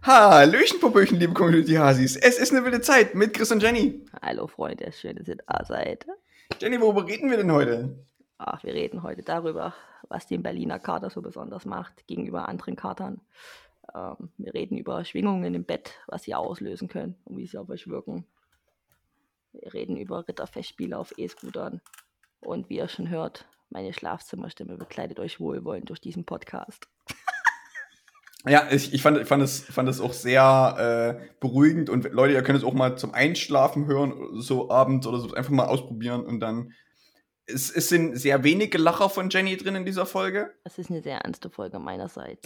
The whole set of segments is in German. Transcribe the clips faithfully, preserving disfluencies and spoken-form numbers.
Hallöchen, Popöchen, liebe Community-Hasis. Es ist eine wilde Zeit mit Chris und Jenny. Hallo Freunde, schön, dass ihr da seid. Jenny, worüber reden wir denn heute? Ach, wir reden heute darüber, was den Berliner Kater so besonders macht gegenüber anderen Katern. Ähm, wir reden über Schwingungen im Bett, was sie auslösen können und wie sie auf euch wirken. Wir reden über Ritterfestspiele auf E-Scootern. Und wie ihr schon hört, meine Schlafzimmerstimme begleitet euch wohlwollend durch diesen Podcast. Ja, ich, ich, fand, ich fand, es, fand es auch sehr äh, beruhigend. Und Leute, ihr könnt es auch mal zum Einschlafen hören, so abends oder so, einfach mal ausprobieren. Und dann, es, es sind sehr wenige Lacher von Jenny drin in dieser Folge. Das ist eine sehr ernste Folge meinerseits.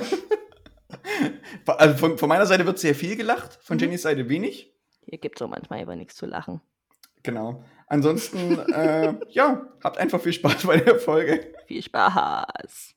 Also von, von meiner Seite wird sehr viel gelacht, von mhm. Jennys Seite wenig. Hier gibt es auch manchmal aber nichts zu lachen. Genau. Ansonsten, äh, ja, habt einfach viel Spaß bei der Folge. Viel Spaß.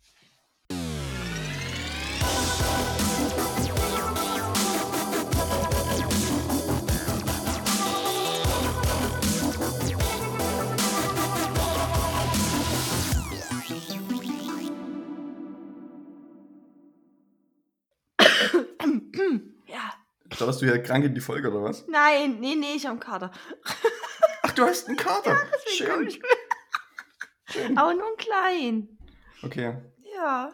Ja. Startest du ja krank in die Folge, oder was? Nein, nee, nee, ich habe einen Kater. Ach, du hast einen Kater? Ja, schön. schön. Aber nur ein klein. Okay. Ja.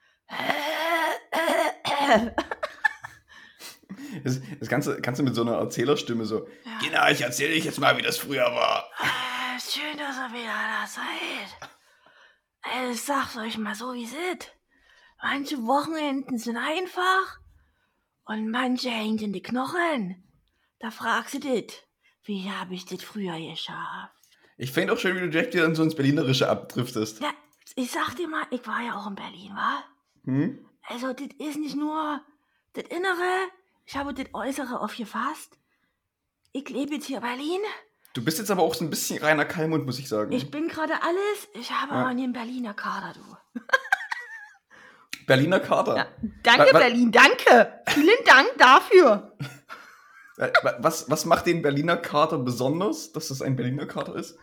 Das, das Ganze kannst du mit so einer Erzählerstimme so, ja. Genau, ich erzähle euch jetzt mal, wie das früher war. Äh, schön, dass ihr wieder da seid. Also, ich sag's euch mal so, wie es ist. Manche Wochenenden sind einfach und manche hängen in die Knochen. Da fragst du dich, wie habe ich das früher geschafft? Ich fände auch schön, wie du direkt wieder in so ins Berlinerische abdriftest. Ja, ich sag dir mal, ich war ja auch in Berlin, wa? Hm? Also, das ist nicht nur das Innere, ich habe das Äußere aufgefasst. Ich lebe jetzt hier in Berlin. Du bist jetzt aber auch so ein bisschen reiner Kalmund, muss ich sagen. Ich bin gerade alles, ich habe Ja. aber nie einen Berliner Kader, du. Berliner Kater? Ja, danke, wa- wa- Berlin, danke. Vielen Dank dafür. Was, was macht den Berliner Kater besonders, dass das ein Berliner Kater ist?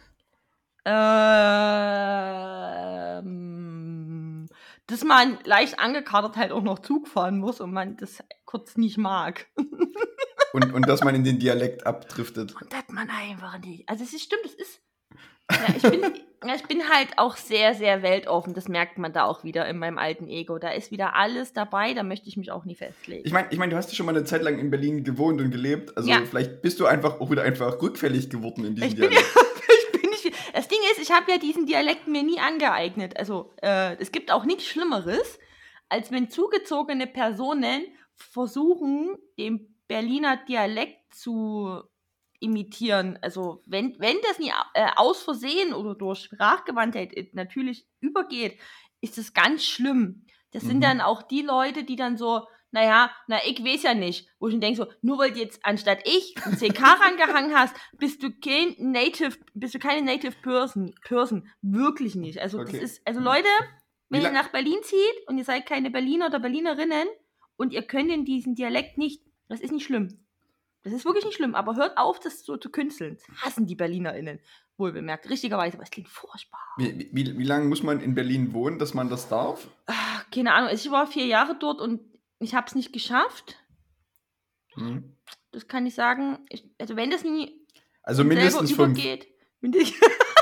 Ähm, dass man leicht angekatert halt auch noch Zug fahren muss und man das kurz nicht mag. Und, und dass man in den Dialekt abdriftet. Und dass man einfach nicht. Also es ist stimmt, es ist. Ja, ich bin, ja, ich bin halt auch sehr, sehr weltoffen. Das merkt man da auch wieder in meinem alten Ego. Da ist wieder alles dabei, da möchte ich mich auch nie festlegen. Ich meine, ich mein, du hast ja schon mal eine Zeit lang in Berlin gewohnt und gelebt. Also Ja. vielleicht bist du einfach auch wieder einfach rückfällig geworden in diesem Ich bin, Dialekt. ich bin nicht. Das Ding ist, ich habe ja diesen Dialekt mir nie angeeignet. Also äh, es gibt auch nichts Schlimmeres, als wenn zugezogene Personen versuchen, den Berliner Dialekt zu imitieren. Also wenn, wenn das nie äh, aus Versehen oder durch Sprachgewandtheit äh, natürlich übergeht, ist das ganz schlimm. Das sind Mhm. dann auch die Leute, die dann so, naja, na ich weiß ja nicht, wo ich dann denke so, nur weil du jetzt anstatt ich ein C K rangehangen hast, bist du kein Native, bist du keine Native Person, Person, wirklich nicht. Also Okay. das ist, also Leute, wenn Wie ihr la- nach Berlin zieht und ihr seid keine Berliner oder Berlinerinnen und ihr könnt in diesen Dialekt nicht, das ist nicht schlimm. Das ist wirklich nicht schlimm, aber hört auf, das so zu künsteln. Das hassen die BerlinerInnen. Wohlbemerkt, richtigerweise, aber es klingt furchtbar. Wie, wie, wie lange muss man in Berlin wohnen, dass man das darf? Ach, keine Ahnung, ich war vier Jahre dort und ich habe es nicht geschafft. Hm. Das kann ich sagen. Ich, also wenn das nie Also selber mindestens fünf. übergeht. Mindest-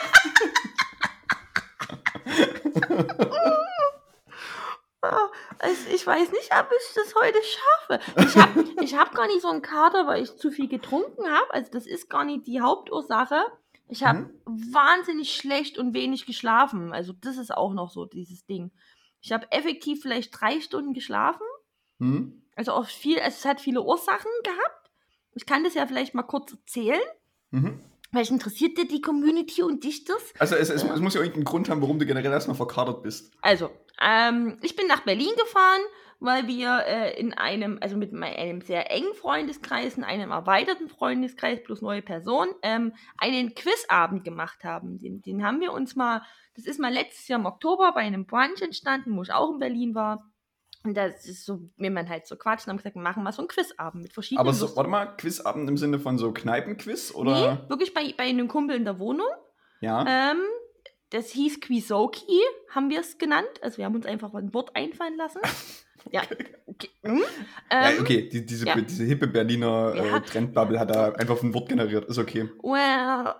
Ah, also ich weiß nicht, ob ich das heute schaffe. Ich habe ich hab gar nicht so einen Kater, weil ich zu viel getrunken habe. Also das ist gar nicht die Hauptursache. Ich habe Mhm. wahnsinnig schlecht und wenig geschlafen. Also das ist auch noch so dieses Ding. Ich habe effektiv vielleicht drei Stunden geschlafen. Hm? Also auch viel, also es hat viele Ursachen gehabt. Ich kann das ja vielleicht mal kurz erzählen. Mhm. Vielleicht interessiert dir die Community und dich das. Also es, es, es muss ja irgendeinen Grund haben, warum du generell erstmal verkatert bist. Also, ähm, ich bin nach Berlin gefahren, weil wir äh, in einem, also mit me- einem sehr engen Freundeskreis, in einem erweiterten Freundeskreis plus neue Personen, ähm, einen Quizabend gemacht haben. Den, den haben wir uns mal, das ist mal letztes Jahr im Oktober bei einem Brunch entstanden, wo ich auch in Berlin war. Und das ist so, wenn man halt so quatscht, und haben gesagt, wir machen mal so einen Quizabend mit verschiedenen Aber so, lustigen- warte mal, Quizabend im Sinne von so Kneipenquiz? Oder? Nee, wirklich bei, bei einem Kumpel in der Wohnung. Ja. Ähm, das hieß Quizoki, haben wir es genannt. Also wir haben uns einfach ein Wort einfallen lassen. Ja, Okay, hm? Ja, ähm, okay, die, diese, ja. diese hippe Berliner Ja. äh, Trendbubble hat da einfach ein Wort generiert. Ist okay. Well.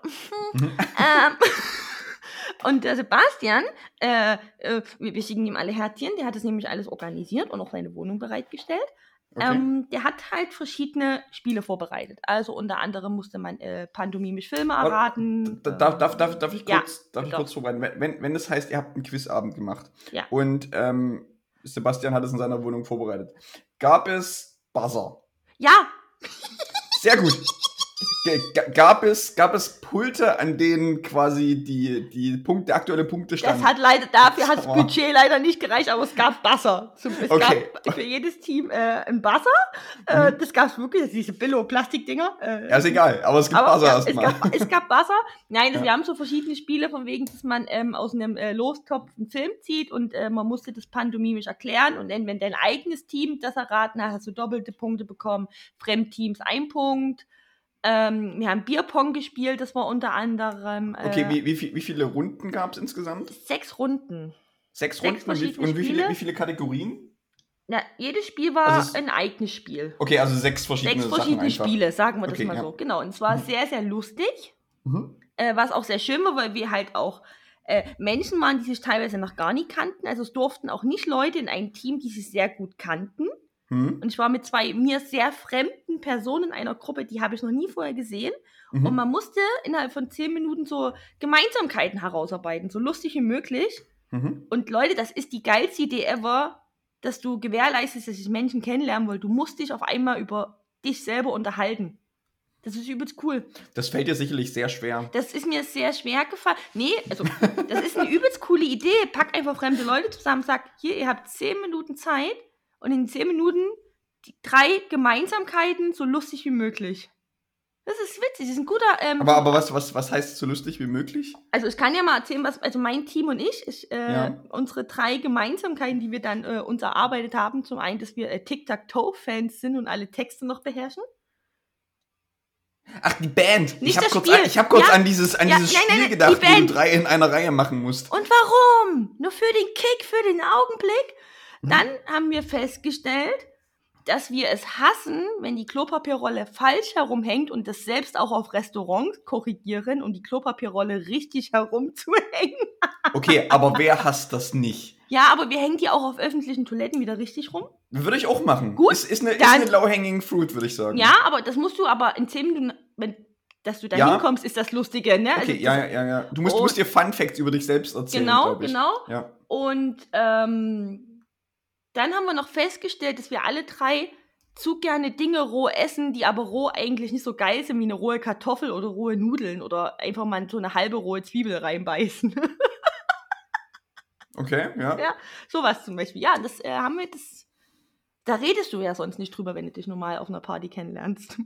ähm, und der Sebastian, äh, äh, wir, wir schicken ihm alle Herzchen, der hat das nämlich alles organisiert und auch seine Wohnung bereitgestellt. Okay. Ähm, der hat halt verschiedene Spiele vorbereitet. Also unter anderem musste man äh, pantomimisch Filme erraten. Da- Darf, darf, darf, darf ich Ja, kurz, darf ich doch. kurz vorbereiten? Wenn, wenn, wenn das heißt, ihr habt einen Quizabend gemacht Ja. und ähm, Sebastian hat es in seiner Wohnung vorbereitet, gab es Buzzer? Ja, Sehr gut. G g- gab, es, gab es Pulte, an denen quasi die, die Punkte, aktuelle Punkte standen? das hat leider, dafür hat das Sag mal. Budget leider nicht gereicht, aber es gab Buzzer. Zum- Es Okay. gab für jedes Team äh, einen Buzzer. Äh, das gab es wirklich, diese Billo-Plastikdinger. Äh, Ja, ist egal, aber es gibt Aber Buzzer ja, es, erstmal. gab, es gab Buzzer. Nein, das, Ja. wir haben so verschiedene Spiele, von wegen, dass man ähm, aus einem äh, Lostopf einen Film zieht und äh, man musste das pantomimisch erklären. Und dann, wenn dein eigenes Team das erraten hat, hast du doppelte Punkte bekommen. Fremdteams ein Punkt. Ähm, wir haben Bierpong gespielt, das war unter anderem äh, Okay, wie, wie, viel- wie viele Runden gab es insgesamt? sechs Runden. Sechs, Sechs Runden und, wie, verschiedene und wie, viele, Spiele. wie viele Kategorien? Ja, jedes Spiel war Also es- ein eigenes Spiel. Okay, also sechs verschiedene Sechs verschiedene Sachen einfach. Spiele, sagen wir das Okay, mal ja. so. Genau, und es war Mhm. sehr, sehr lustig. Mhm. Äh, was auch sehr schön war, weil wir halt auch äh, Menschen waren, die sich teilweise noch gar nicht kannten. Also es durften auch nicht Leute in ein Team, die sich sehr gut kannten. Mhm. Und ich war mit zwei mir sehr fremden Personen in einer Gruppe, die habe ich noch nie vorher gesehen. Mhm. Und man musste innerhalb von zehn Minuten so Gemeinsamkeiten herausarbeiten, so lustig wie möglich. Mhm. Und Leute, das ist die geilste Idee ever, dass du gewährleistest, dass sich Menschen kennenlernen wollen. Du musst dich auf einmal über dich selber unterhalten. Das ist übelst cool. Das fällt dir sicherlich sehr schwer. Das ist mir sehr schwer gefallen. Nee, also das ist eine übelst coole Idee. Pack einfach fremde Leute zusammen, sag, hier, ihr habt zehn Minuten Zeit und in zehn Minuten die drei Gemeinsamkeiten so lustig wie möglich. Das ist witzig, das ist ein guter... Ähm, Aber, aber was, was, was heißt so lustig wie möglich? Also ich kann ja mal erzählen, was, also mein Team und ich, ich äh, Ja. unsere drei Gemeinsamkeiten, die wir dann äh, uns erarbeitet haben, zum einen, dass wir äh, Tic-Tac-Toe-Fans sind und alle Texte noch beherrschen. Ach, die Band. Nicht ich habe das kurz, Spiel. an, ich hab kurz Ja. an dieses, an Ja, dieses nein, nein, Spiel nein, gedacht, die wo du Band. drei in einer Reihe machen musst. Und warum? Nur für den Kick, für den Augenblick. Mhm. Dann haben wir festgestellt, dass wir es hassen, wenn die Klopapierrolle falsch herumhängt und das selbst auch auf Restaurants korrigieren, um die Klopapierrolle richtig herumzuhängen. Okay, aber wer hasst das nicht? Ja, aber wir hängen die auch auf öffentlichen Toiletten wieder richtig rum. Würde ich auch machen. Gut, Ist, ist eine, ist dann- eine low-hanging fruit, würde ich sagen. Ja, aber das musst du aber in zehn Minuten, wenn, dass du da Ja. hinkommst, ist das Lustige, ne? Okay, Also ja, das- ja, ja, ja. Du musst, du Und- musst dir Fun Facts über dich selbst erzählen, Genau, glaub ich. genau. Ja. Und ähm, dann haben wir noch festgestellt, dass wir alle drei zu gerne Dinge roh essen, die aber roh eigentlich nicht so geil sind wie eine rohe Kartoffel oder rohe Nudeln oder einfach mal so eine halbe rohe Zwiebel reinbeißen. Okay, ja. Ja, sowas zum Beispiel. Ja, das äh, haben wir, das, da redest du ja sonst nicht drüber, wenn du dich normal auf einer Party kennenlernst.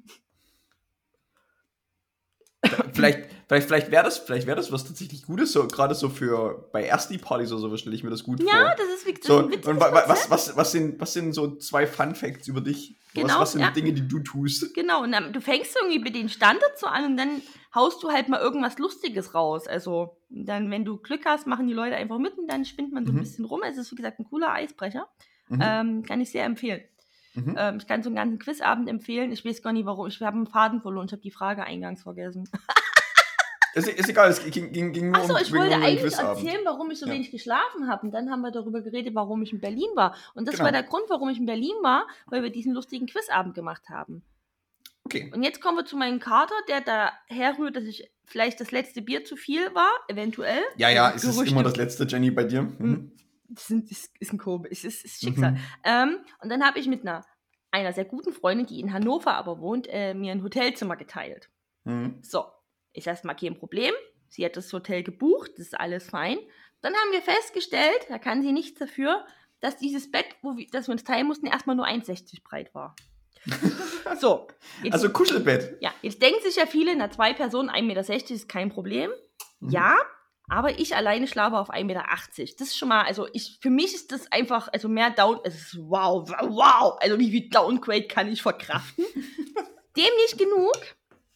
Vielleicht, vielleicht, vielleicht wäre das, vielleicht wär das was tatsächlich Gutes, so, gerade so für bei Ersti-Partys oder so, stelle ich mir das gut vor. Ja, das ist, wie- das So, ist ein witziges und wa- wa- was, Konzept. was, was, sind, was sind so zwei Fun Facts über dich? Genau, was, was sind ja. Dinge, die du tust? Genau, und dann, du fängst irgendwie mit den Standards so an und dann haust du halt mal irgendwas Lustiges raus. Also, dann, wenn du Glück hast, machen die Leute einfach mit und dann spinnt man so ein Mhm. bisschen rum. Es ist, wie gesagt, ein cooler Eisbrecher. Mhm. Ähm, kann ich sehr empfehlen. Mhm. Ähm, ich kann so einen ganzen Quizabend empfehlen. Ich weiß gar nicht, warum. Ich habe einen Faden verloren. Ich habe die Frage eingangs vergessen. Ist, ist egal, es ging, ging, ging nur Achso, um, ich ging wollte nur um den eigentlich Quizabend. erzählen, warum ich so Ja. wenig geschlafen habe. Und dann haben wir darüber geredet, warum ich in Berlin war. Und das Genau. war der Grund, warum ich in Berlin war, weil wir diesen lustigen Quizabend gemacht haben. Okay. Und jetzt kommen wir zu meinem Kater, der da herrührt, dass ich vielleicht das letzte Bier zu viel war, eventuell. Ja, ja, es ist Gerüchte- immer das letzte, Jenny, bei dir. Mhm. Mhm. Das sind- das ist ein komisch, es ist, ist Schicksal. Mhm. Ähm, und dann habe ich mit einer, einer sehr guten Freundin, die in Hannover aber wohnt, äh, mir ein Hotelzimmer geteilt. Mhm. So, ist erstmal kein Problem. Sie hat das Hotel gebucht, das ist alles fein. Dann haben wir festgestellt, da kann sie nichts dafür, dass dieses Bett, wo wir, das wir uns teilen mussten, erstmal nur eins Komma sechzig breit war. So, jetzt, Also Kuschelbett. ja, jetzt denken sich ja viele, na, zwei Personen, ein Meter sechzig ist kein Problem. Mhm. Ja, aber ich alleine schlafe auf ein Meter achtzig. Das ist schon mal, also ich, für mich ist das einfach, also mehr Down, es ist wow, wow, also wie viel Downgrade kann ich verkraften? Dem nicht genug,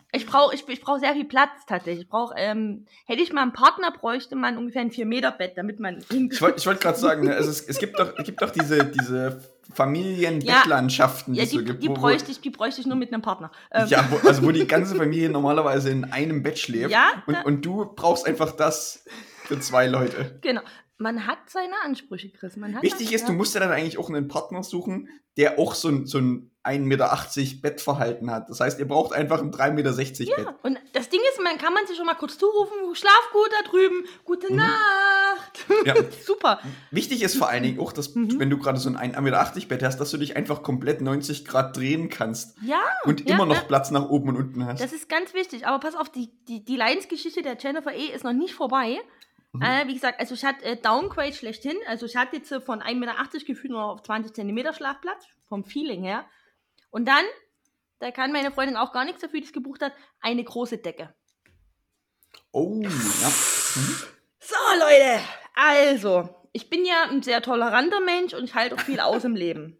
Ich brauche ich, ich brauch sehr viel Platz tatsächlich. Ich brauch, ähm, hätte ich mal einen Partner, bräuchte man ungefähr ein vier Meter Bett, damit man... Ich wollte ich wollt gerade sagen, ne, also es, es gibt doch, es gibt doch diese, diese Familienbettlandschaften, ja, die es die, so gibt. Die, wo, bräuchte ich, die bräuchte ich nur mit einem Partner. Ähm. Ja, wo, also wo die ganze Familie normalerweise in einem Bett schläft. Ja, und, und du brauchst einfach das für zwei Leute. Genau. Man hat seine Ansprüche, Chris. Man hat Wichtig das, ist, du musst ja dann eigentlich auch einen Partner suchen, der auch so ein, so ein ein Meter achtzig Bettverhalten hat. Das heißt, ihr braucht einfach ein drei Meter sechzig ja, Bett. Und das Ding ist, man kann man sich schon mal kurz zurufen, schlaf gut da drüben, gute Mhm. Nacht. Ja. Super. Wichtig ist vor allen Dingen auch, dass, Mhm. wenn du gerade so ein ein Meter achtzig Bett hast, dass du dich einfach komplett neunzig Grad drehen kannst. Ja. Und ja, immer noch ja. Platz nach oben und unten hast. Das ist ganz wichtig. Aber pass auf, die, die, die Leidensgeschichte der Jennifer E. ist noch nicht vorbei. Mhm. Äh, wie gesagt, also ich hatte äh, Downgrade schlechthin. Also ich hatte jetzt äh, von ein Meter achtzig gefühlt nur auf zwanzig Zentimeter Schlafplatz. Vom Feeling her. Und dann, da kann meine Freundin auch gar nichts dafür, die es gebucht hat, eine große Decke. Oh, ja. Mhm. So, Leute. Also, ich bin ja ein sehr toleranter Mensch und ich halte auch viel aus im Leben.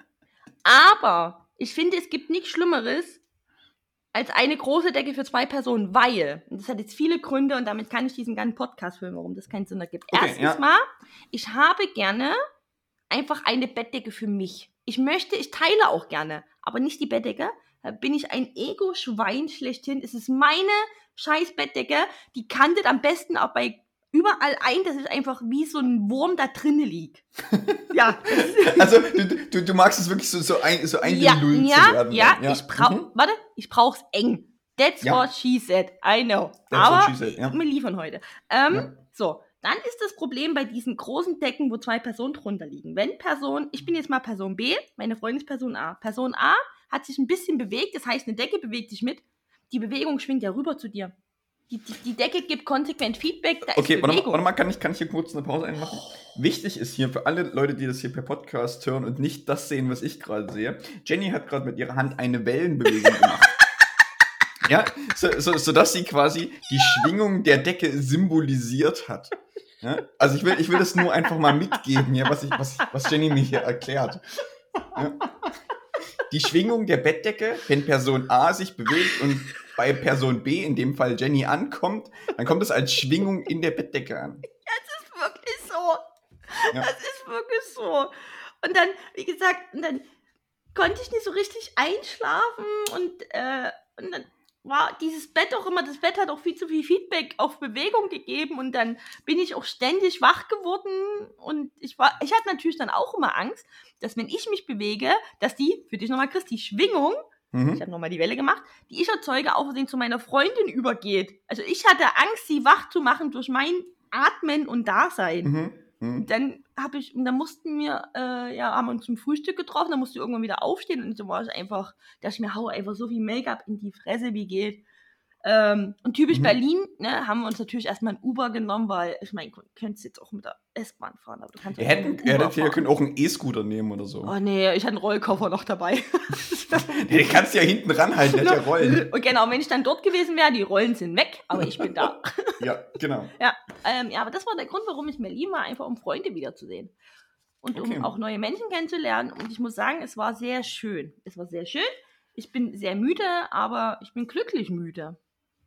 Aber ich finde, es gibt nichts Schlimmeres als eine große Decke für zwei Personen, weil, und das hat jetzt viele Gründe und damit kann ich diesen ganzen Podcast filmen, warum das keinen Sinn ergibt. Okay, Erstens ja. mal, ich habe gerne einfach eine Bettdecke für mich. Ich möchte, ich teile auch gerne, aber nicht die Bettdecke. Da bin ich ein Ego-Schwein schlechthin. Es ist meine scheiß Bettdecke, die kantet am besten auch bei überall ein, dass ich einfach wie so ein Wurm da drinnen liegt. Ja. Also, du, du, du magst es wirklich so, so, ein, so eingelullt ja, zu werden. Ja, ja, ich brauch, mhm. warte, ich brauch's eng. That's Ja. what she said. I know. That's Aber what she said, ja. wir liefern heute. Ähm, Ja. So, dann ist das Problem bei diesen großen Decken, wo zwei Personen drunter liegen. Wenn Person, ich bin jetzt mal Person B, meine Freundin ist Person A. Person A hat sich ein bisschen bewegt, das heißt, eine Decke bewegt sich mit. Die Bewegung schwingt ja rüber zu dir. Die, die, die Decke gibt konsequent Feedback, da Okay, ist warte mal, Bewegung. warte mal kann, ich, kann ich hier kurz eine Pause einmachen? Wichtig ist hier für alle Leute, die das hier per Podcast hören und nicht das sehen, was ich gerade sehe. Jenny hat gerade mit ihrer Hand eine Wellenbewegung gemacht. Ja, so, so, sodass sie quasi die Schwingung der Decke symbolisiert hat. Ja? Also ich will, ich will das nur einfach mal mitgeben, ja, was, ich, was, was Jenny mir hier erklärt. Ja? Die Schwingung der Bettdecke, wenn Person A sich bewegt und bei Person B, in dem Fall Jenny, ankommt, dann kommt es als Schwingung in der Bettdecke an. Das ist wirklich so. Ja. Das ist wirklich so. Und dann, wie gesagt, und dann konnte ich nicht so richtig einschlafen und, äh, und dann war dieses Bett auch immer, das Bett hat auch viel zu viel Feedback auf Bewegung gegeben und dann bin ich auch ständig wach geworden und ich war, ich hatte natürlich dann auch immer Angst, dass wenn ich mich bewege, dass die, für dich nochmal Chris, die Schwingung, Mhm. ich habe nochmal die Welle gemacht, die ich erzeuge, auf Versehen zu meiner Freundin übergeht. Also ich hatte Angst, sie wach zu machen durch mein Atmen und Dasein. Mhm. Mhm. Dann habe ich, und dann mussten wir, äh, ja, haben uns zum Frühstück getroffen, dann musste ich irgendwann wieder aufstehen und so war ich einfach, dass ich mir hau einfach so viel Make-up in die Fresse wie geht. Ähm, und typisch Mhm. Berlin, ne, haben wir uns natürlich erstmal ein Uber genommen, weil ich meine, du könntest jetzt auch mit der S-Bahn fahren, aber du kannst Ihr auch hättet, mit dem ihr Uber hättet, ihr fahren. könnt auch einen E-Scooter nehmen oder so. Oh nee, ich hatte einen Rollkoffer noch dabei. Den kannst du ja hinten ranhalten, der hat ja Rollen. Und genau, wenn ich dann dort gewesen wäre, die Rollen sind weg, aber ich bin da. Ja, genau. Ja, ähm, ja, aber das war der Grund, warum ich in Berlin war, einfach um Freunde wiederzusehen. Und Okay. um auch neue Menschen kennenzulernen. Und ich muss sagen, es war sehr schön. Es war sehr schön. Ich bin sehr müde, aber ich bin glücklich müde.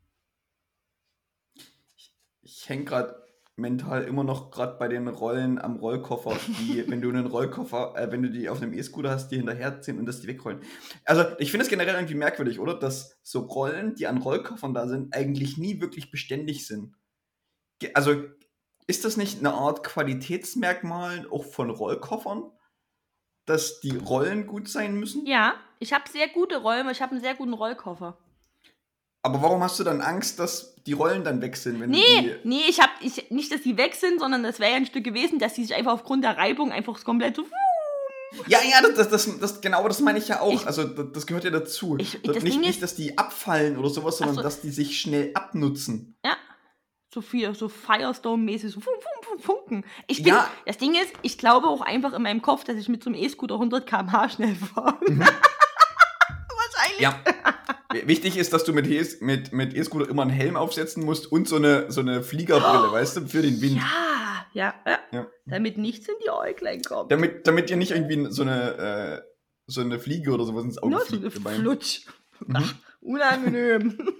Ich hänge gerade mental immer noch gerade bei den Rollen am Rollkoffer, die, wenn du einen Rollkoffer, äh, wenn du die auf einem E-Scooter hast, die hinterherziehen und dass die wegrollen. Also ich finde es generell irgendwie merkwürdig, oder? Dass so Rollen, die an Rollkoffern da sind, eigentlich nie wirklich beständig sind. Ge- Also ist das nicht eine Art Qualitätsmerkmal auch von Rollkoffern, dass die Rollen gut sein müssen? Ja, ich habe sehr gute Räume, ich habe einen sehr guten Rollkoffer. Aber warum hast du dann Angst, dass die Rollen dann weg sind, wenn Nee, die... nee, ich habe ich, nicht, dass die weg sind, sondern das wäre ja ein Stück gewesen, dass die sich einfach aufgrund der Reibung einfach komplett so... Ja, ja, das, das, das, das, genau das meine ich ja auch. Ich- also das, das gehört ja dazu. Ich- Das- das nicht, Ding nicht, ist- dass die abfallen oder sowas, sondern Ach so. dass die sich schnell abnutzen. Ja, so viel, so Firestone-mäßig, so fun, fun, fun, funken. Ich bin, Ja. Das Ding ist, ich glaube auch einfach in meinem Kopf, dass ich mit so einem E-Scooter hundert Kilometer pro Stunde schnell fahre. Mhm. Wahrscheinlich. Ja. W- Wichtig ist, dass du mit E- mit, mit E-Scooter immer einen Helm aufsetzen musst und so eine, so eine Fliegerbrille, weißt du, für den Wind. Ja, ja, ja. Ja. Damit nichts in die Äuglein kommt. Damit, damit dir nicht irgendwie so eine, äh, so eine Fliege oder sowas ins Auge Nur so fliegt. eine dabei. Flutsch. Mhm. Ach, unangenehm.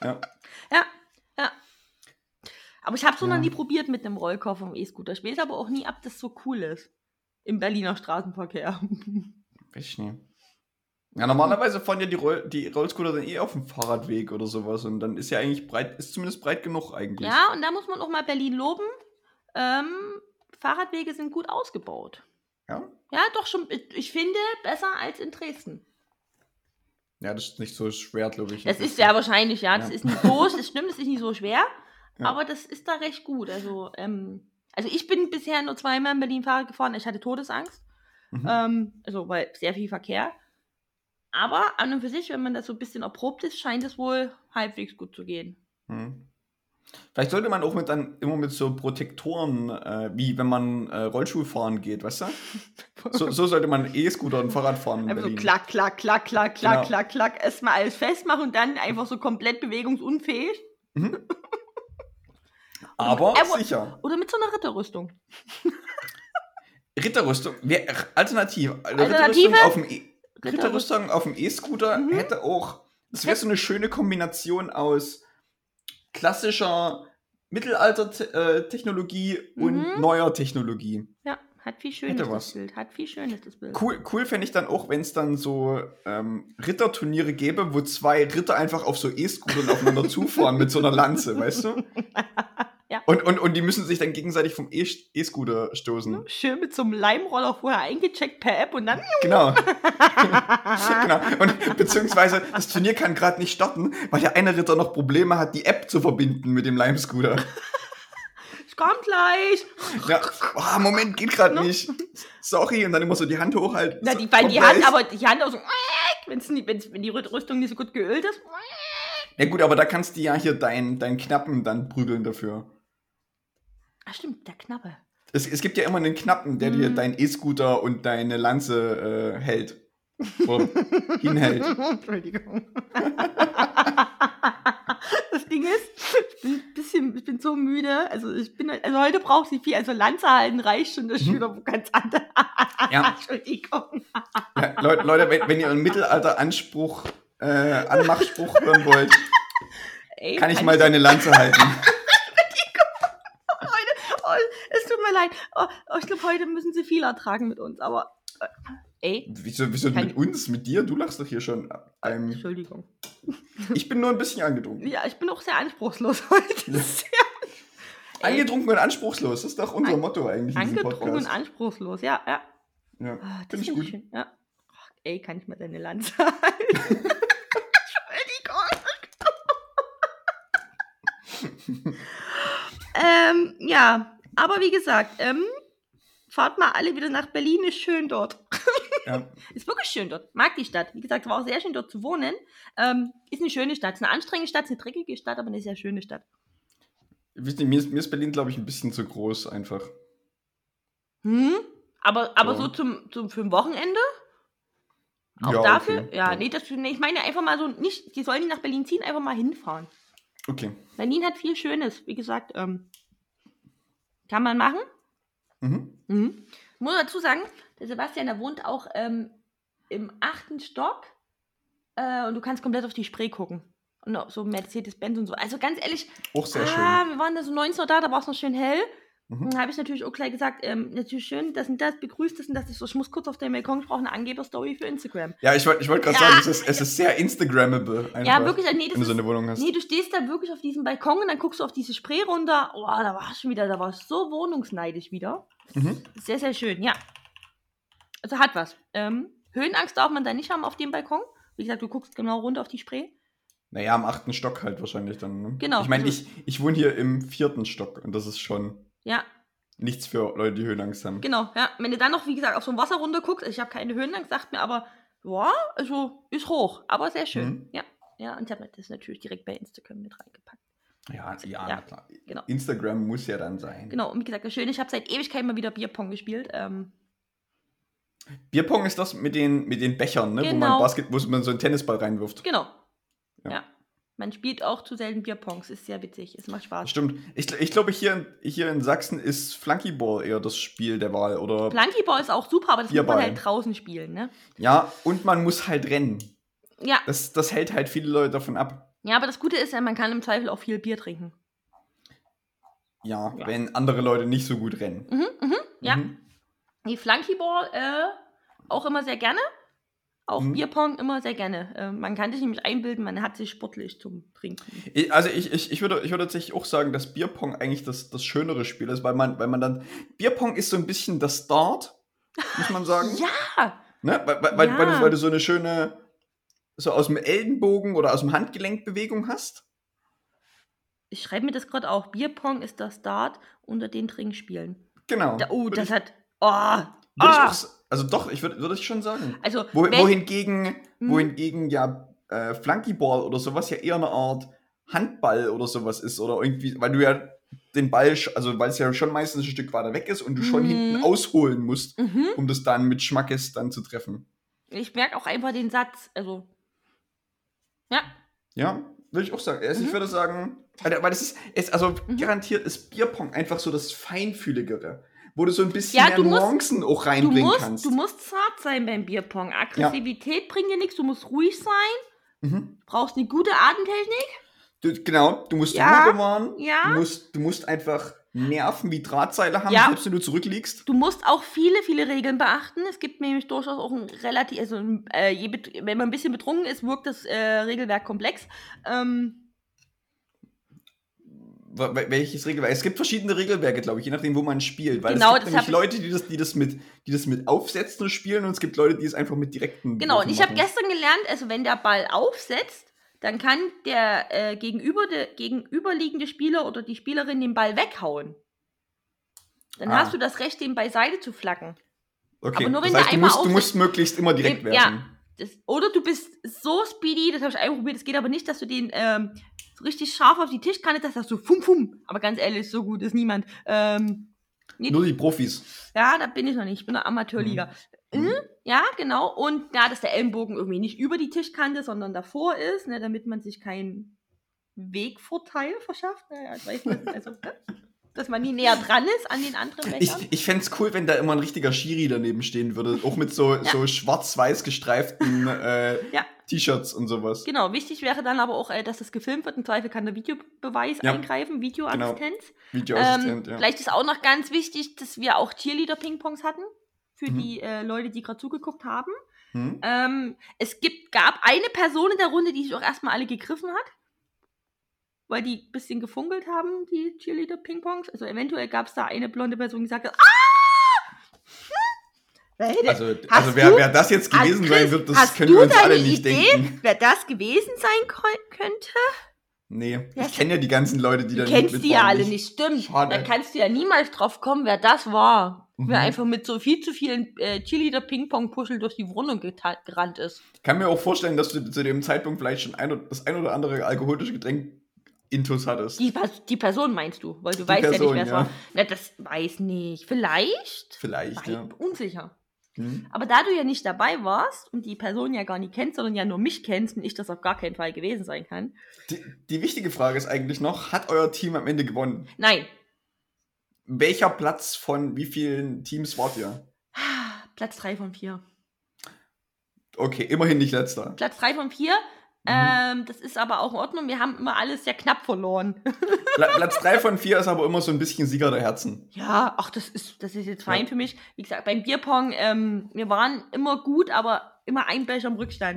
Ja. Ja, ja. Aber ich habe es Ja. noch nie probiert mit einem Rollkoffer im E-Scooter. Ich weiß aber auch nie, ob das so cool ist. Im Berliner Straßenverkehr. Weiß ich nicht. Ja, normalerweise fahren ja die, Roll die Rollscooter dann eh auf dem Fahrradweg oder sowas und dann ist ja eigentlich breit, ist zumindest breit genug eigentlich. Ja, und da muss man auch mal Berlin loben. Ähm, Fahrradwege sind gut ausgebaut. Ja? Ja, doch schon, ich, ich finde, besser als in Dresden. Ja, das ist nicht so schwer, glaube ich. Das ist sehr wahrscheinlich, ja. Das Ja. ist nicht so, das stimmt, das ist nicht so schwer. Ja. Aber das ist da recht gut. Also, ähm, also ich bin bisher nur zweimal in Berlin Fahrrad gefahren. Ich hatte Todesangst. Mhm. Ähm, also, weil sehr viel Verkehr. Aber an und für sich, wenn man das so ein bisschen erprobt ist, scheint es wohl halbwegs gut zu gehen. Mhm. Vielleicht sollte man auch mit dann immer mit so Protektoren, äh, wie wenn man äh, Rollschuh fahren geht, weißt du? So, so sollte man E-Scooter und Fahrrad fahren in Einfach so Berlin. klack, klack, klack, klack, klack, Genau. klack, klack. Erstmal alles festmachen und dann einfach so komplett bewegungsunfähig. Mhm. Aber Aber- sicher. Oder mit so einer Ritterrüstung. Ritterrüstung, wär, alternativ. Also Alternative? Ritterrüstung auf dem E- Ritterrüstung. Ritterrüstung auf dem E-Scooter Mhm. hätte auch, das wäre so eine schöne Kombination aus klassischer Mittelalter-Technologie und Mhm. neuer Technologie. Ja, hat viel Schönes Hätte das was. Bild. Hat viel Schönes das Bild. Cool, cool fände ich dann auch, wenn es dann so ähm, Ritterturniere gäbe, wo zwei Ritter einfach auf so E-Scootern aufeinander zufahren mit so einer Lanze, weißt du? Ja. Und, und, und die müssen sich dann gegenseitig vom E- E-Scooter stoßen. Schön mit so einem Leimroller vorher eingecheckt per App und dann. Genau. Genau. Und beziehungsweise das Turnier kann gerade nicht starten, weil der eine Ritter noch Probleme hat, die App zu verbinden mit dem Lime-Scooter. Ich komm gleich. Ja. Oh, Moment, geht gerade nicht. Sorry. Und dann immer so die Hand hochhalten. Na, So, die, weil die kommt Hand gleich. aber die Hand auch so. Wenn's nie, wenn's, wenn die Rüstung nicht so gut geölt ist. Ja gut, aber da kannst du ja hier deinen dein Knappen dann prügeln dafür. Ach stimmt, der Knappe. Es, es gibt ja immer einen Knappen, der dir Mhm. deinen E-Scooter und deine Lanze äh, hält. Oder hinhält. Entschuldigung. Das Ding ist, ich bin ein bisschen, ich bin so müde. Also ich bin, also heute braucht sie viel. Also Lanze halten reicht schon, das ist Mhm. wieder wo ganz anders. Ja. Entschuldigung. Ja, Leute, Leute wenn, wenn ihr einen Mittelalter-Anspruch, äh, Anmachspruch hören wollt, Ey, kann ich mal deine Lanze halten. Oh, es tut mir leid. Oh, oh, ich glaube, heute müssen sie viel ertragen mit uns. Aber, äh, ey, Wieso, wieso Kann mit ich- uns? Mit dir? Du lachst doch hier schon. Ähm, Entschuldigung. ich bin nur ein bisschen angetrunken. Ja, ich bin auch sehr anspruchslos heute. Ja. Sehr Angetrunken und anspruchslos, das ist doch unser An- Motto eigentlich in diesem angetrunken und Podcast. anspruchslos, ja, ja. Ja, Ah, finde das ich finde gut. ich schön. Ja. Ach, ey, kann ich mal deine Lanze halten? Entschuldigung. ähm, ja, aber wie gesagt, ähm, fahrt mal alle wieder nach Berlin, ist schön dort. Ja. Ist wirklich schön dort. Mag die Stadt. Wie gesagt, war auch sehr schön dort zu wohnen. Ähm, ist eine schöne Stadt. Ist eine anstrengende Stadt, ist eine dreckige Stadt, aber eine sehr schöne Stadt. Wisst ihr, mir ist, mir ist Berlin, glaube ich, ein bisschen zu groß einfach. Hm? Aber, aber Ja. so zum, zum für ein Wochenende? Auch Ja, dafür? okay. Ja, Ja. nee, das, nee, ich meine einfach mal so, nicht, die sollen nicht nach Berlin ziehen, einfach mal hinfahren. Okay. Berlin hat viel Schönes. Wie gesagt, ähm, kann man machen. Mhm. Mhm. Ich muss dazu sagen, der Sebastian, der wohnt auch ähm, im achten Stock äh, und du kannst komplett auf die Spree gucken. Und auch so Mercedes-Benz und so. Also ganz ehrlich, Auch sehr ah, schön. wir waren da so neunzehn Uhr da, da war es noch schön hell. Mhm. Dann habe ich natürlich auch gleich gesagt, ähm, natürlich schön, das und das, begrüßt das und das. Ich, so, ich muss kurz auf den Balkon, ich brauche eine Angeber-Story für Instagram. Ja, ich wollte ich wollt gerade Ja. sagen, es ist, es ist sehr Instagrammable einfach, Ja, wirklich, äh, nee, das wenn du so ist, eine Wohnung hast. nee, du stehst da wirklich auf diesem Balkon und dann guckst du auf diese Spree runter. Oh, da war es schon wieder, da war es so wohnungsneidig wieder. Mhm. Sehr, sehr schön, ja. Also hat was. Ähm, Höhenangst darf man da nicht haben auf dem Balkon. Wie gesagt, du guckst genau runter auf die Spree. Naja, am achten Stock halt wahrscheinlich dann. Ne? Genau, Ich meine, also- ich, ich wohne hier im vierten Stock und das ist schon Ja, nichts für Leute, die Höhenangst haben. genau, ja. Wenn du dann noch, wie gesagt, auf so ein Wasser runter guckst, also ich habe keine Höhenangst, sagt mir aber, ja, also ist hoch, aber sehr schön. Mhm. Ja, ja, und ich habe das natürlich direkt bei Instagram mit reingepackt. Ja, ja, Ja, na klar. genau. Instagram muss ja dann sein. Genau, und wie gesagt, das Schöne, ich habe seit Ewigkeit mal wieder Bierpong gespielt. Ähm, Bierpong ist das mit den, mit den Bechern, ne? wo, Genau. man Basket, wo man so einen Tennisball reinwirft. genau. Ja. Ja. Man spielt auch zu selten Bierpongs, ist sehr witzig, es macht Spaß. Stimmt. Ich, ich glaube, hier, in- hier in Sachsen ist Flunkyball eher das Spiel der Wahl. Oder Flunkyball ist auch super, aber das muss Bierball. man halt draußen spielen, ne? ja, und man muss halt rennen. Ja, Das, das hält halt viele Leute davon ab. Ja, aber das Gute ist ja, man kann im Zweifel auch viel Bier trinken. Ja, Ja. wenn andere Leute nicht so gut rennen. Mhm, mhm, ja. Mhm. Die Flunkyball äh, auch immer sehr gerne. Auch Mhm. Bierpong immer sehr gerne. Äh, man kann sich nämlich einbilden, man hat sich sportlich zum Trinken. Ich- Also ich, ich, ich, würde, ich würde tatsächlich auch sagen, dass Bierpong eigentlich das, das schönere Spiel ist, weil man, weil man dann. Bierpong ist so ein bisschen das Dart, muss man sagen. Ja! Ne? Weil, weil, weil, Ja. weil, du, weil du so eine schöne, so aus dem Ellenbogen oder aus dem Handgelenk Bewegung hast. Ich schreibe mir das gerade auch. Bierpong ist das Dart unter den Trinkspielen. Genau. Da, oh, Würde das ich, hat. Oh! würde ich ah. auch, s- also doch, ich würde, würde ich schon sagen. Also, Wo, wenn- wohingegen, Hm? wohingegen ja äh, Flunkyball oder sowas ja eher eine Art Handball oder sowas ist. Oder irgendwie, weil du ja den Ball, sch- also weil es ja schon meistens ein Stück weiter weg ist und du schon Mhm. hinten ausholen musst, Mhm. um das dann mit Schmackes dann zu treffen. Ich merke auch einfach den Satz. Also. Ja. Ja, würde ich auch sagen. Also Mhm. ich würde sagen, weil weil das ist, ist also Mhm. garantiert ist Bierpong einfach so das Feinfühligere, wo du so ein bisschen Ja, mehr du musst- Nuancen auch Du reinbringen musst, kannst. du musst zart sein beim Bierpong. Aggressivität bringt dir nichts. Du musst ruhig sein. Mhm. Brauchst eine gute Atemtechnik. Du, genau, du musst Ja, Ruhe bewahren. ja. Du musst, du musst einfach Nerven wie Drahtseile haben, Ja. selbst wenn du zurückliegst. Du musst auch viele, viele Regeln beachten. Es gibt nämlich durchaus auch ein relativ, also äh, je bet- wenn man ein bisschen betrunken ist, wirkt das äh, Regelwerk komplex. Ähm, Wel- wel- Welches Regelwerk? Es gibt verschiedene Regelwerke, glaube ich, je nachdem, wo man spielt. Weil Genau, es gibt das nämlich hab ich- Leute, die das, die, das mit, die das mit Aufsätzen spielen und es gibt Leute, die es einfach mit direkten genau, und Würfen ich habe machen. gestern gelernt, also wenn der Ball aufsetzt, dann kann der äh, gegenüber de, gegenüberliegende Spieler oder die Spielerin den Ball weghauen. Dann Ah. hast du das Recht, den beiseite zu flacken. Okay, aber nur das wenn heißt, der du einmal musst, du aufsetzt- musst möglichst immer direkt Eben, werfen. ja. Das, oder du bist so speedy, das habe ich einprobiert, das geht aber nicht, dass du den ähm, so richtig scharf auf die Tischkante, dass das so fum fum. Aber ganz ehrlich, so gut ist niemand. Ähm, nee, Nur die Profis. ja, da bin ich noch nicht. Ich bin eine Amateurliga. Mhm. Mhm. Ja, genau. Und ja, dass der Ellenbogen irgendwie nicht über die Tischkante, sondern davor ist, ne, damit man sich keinen Wegvorteil verschafft. Naja, ich weiß nicht. Also, ne? Dass man nie näher dran ist an den anderen Ich, Bechern. ich fände es cool, wenn da immer ein richtiger Schiri daneben stehen würde. Auch mit so, so schwarz-weiß gestreiften äh, Ja. T-Shirts und sowas. Genau, wichtig wäre dann aber auch, äh, dass das gefilmt wird. Im Zweifel kann der Videobeweis Ja. eingreifen, Videoassistenz. Videoassistent, Ähm, ja. Vielleicht ist auch noch ganz wichtig, dass wir auch Cheerleader-Ping-Pongs hatten. Für Mhm. die äh, Leute, die gerade zugeguckt haben. Hm? Ähm, es gibt, gab eine Person in der Runde, die sich auch erstmal alle gegriffen hat. Weil die ein bisschen gefunkelt haben, die Cheerleader-Ping-Pongs. Also eventuell gab es da eine blonde Person, die sagte, ah! Hm? Also, Hast also wer, du- wer das jetzt gewesen Hast- sein Chris, wird, das hast können du wir uns alle deine nicht Idee, denken. wer das gewesen sein ko- könnte? Nee, Ja, ich kenne ja die ganzen Leute, die Du da kennst die ja mitmachen, alle nicht, stimmt. Schade. Da kannst du ja niemals drauf kommen, wer das war. Mhm. Wer einfach mit so viel zu vielen äh, Cheerleader-Ping-Pong-Puschel durch die Wohnung geta- gerannt ist. Ich kann mir auch vorstellen, dass du zu dem Zeitpunkt vielleicht schon ein, oder- das ein oder andere alkoholische Getränk intus hattest. Die, Pas- die Person meinst du, weil du Die weißt Person, ja nicht, wer es ja. war. Na, das weiß nicht. Vielleicht? Vielleicht, Wei- ja. Unsicher. Hm. Aber da du ja nicht dabei warst und die Person ja gar nicht kennst, sondern ja nur mich kennst und ich das auf gar keinen Fall gewesen sein kann. Die, die wichtige Frage ist eigentlich noch, hat euer Team am Ende gewonnen? Nein. Welcher Platz von wie vielen Teams wart ihr? Platz drei von vier. Okay, immerhin nicht letzter. Platz drei von vier. Mhm. Ähm, das ist aber auch in Ordnung. Wir haben immer alles sehr knapp verloren. Pla Platz drei von vier ist aber immer so ein bisschen Sieger der Herzen. Ja, ach, das ist, das ist jetzt fein Ja. für mich. Wie gesagt, beim Bierpong, ähm, wir waren immer gut, aber immer ein Becher im Rückstand.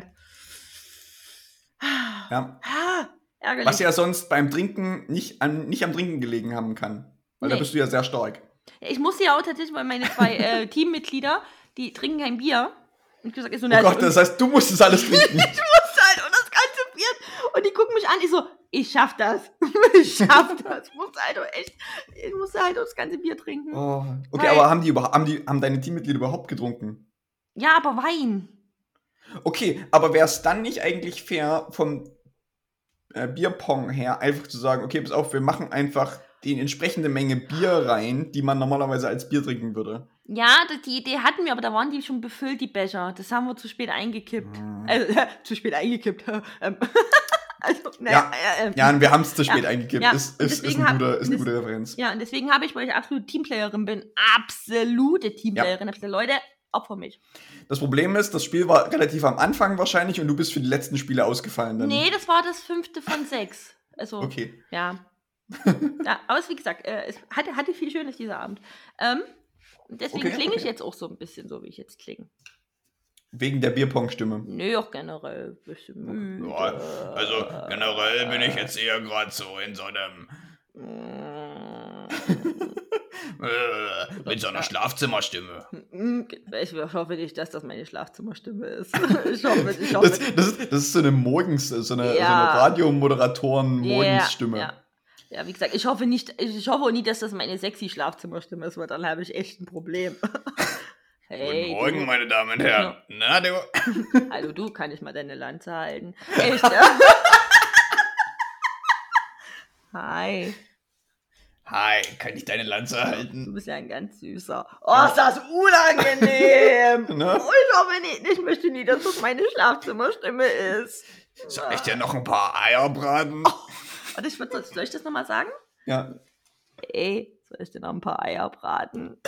Ja. Ah, ärgerlich. Was ja sonst beim Trinken nicht, an, nicht am Trinken gelegen haben kann. Weil da Nee. bist du ja sehr stark. Ich musste ja auch tatsächlich, weil meine zwei äh, Teammitglieder, die trinken kein Bier. Und ich gesagt, ist so, Oh na, Gott, das heißt, du musst es alles trinken. ich musste halt und das ganze Bier. Und die gucken mich an, ich so, ich schaff das. ich schaff das. Ich musste halt auch echt, ich musste halt auch das ganze Bier trinken. Oh. Okay, Weil- aber haben die, überha- haben die haben deine Teammitglieder überhaupt getrunken? Ja, aber Wein. Okay, aber wäre es dann nicht eigentlich fair, vom äh, Bierpong her einfach zu sagen, okay, pass auf, wir machen einfach die entsprechende Menge Bier rein, die man normalerweise als Bier trinken würde? Ja, das, die Idee hatten wir, aber da waren die schon befüllt, die Becher. Das haben wir zu spät eingekippt. Hm. Also, zu spät eingekippt. ähm, also, Ja. naja, äh, ähm, Ja, und wir haben es zu spät Ja. eingekippt. Ja, Ist, und ist, ist, deswegen ein hab- guter, ist eine das- gute Referenz. ja, und deswegen habe ich, weil ich absolute Teamplayerin bin, absolute Teamplayerin, habe ich gesagt, Leute, opfer mich. Das Problem ist, das Spiel war relativ am Anfang wahrscheinlich und du bist für die letzten Spiele ausgefallen. Dann. Nee, das war das fünfte von sechs. Also, okay. ja. ja. Aber es, wie gesagt, äh, es hatte, hatte viel Schönes dieser Abend. Ähm, deswegen okay, klinge okay. ich jetzt auch so ein bisschen so, wie ich jetzt klinge. Wegen der Bierpong-Stimme? Nee, auch generell ein bisschen müde. Ja, also generell bin ich jetzt eher gerade so in so einem... mit so einer Schlafzimmerstimme. Ich hoffe nicht, dass das meine Schlafzimmerstimme ist. Ich hoffe, ich hoffe. Das, das, ist, das ist so eine Morgens, so eine, ja. so eine Radiomoderatoren-Morgensstimme. Ja, ja. ja, wie gesagt, ich hoffe nicht, ich hoffe nie, dass das meine sexy Schlafzimmerstimme ist, weil dann habe ich echt ein Problem. Hey, Guten Morgen, du. meine Damen und Herren. Ja. Na, du. Hallo, du, kann ich mal deine Lanze halten? Echt, ja? Hi. Hi, kann ich deine Lanze halten? Du bist ja ein ganz süßer. Oh, ist das unangenehm. Ne? Oh, ich hoffe nicht, ich möchte nie, dass das meine Schlafzimmerstimme ist. Soll ich dir noch ein paar Eier braten? Oh, warte, ich würd, soll ich das nochmal sagen? Ja. Ey, soll ich dir noch ein paar Eier braten?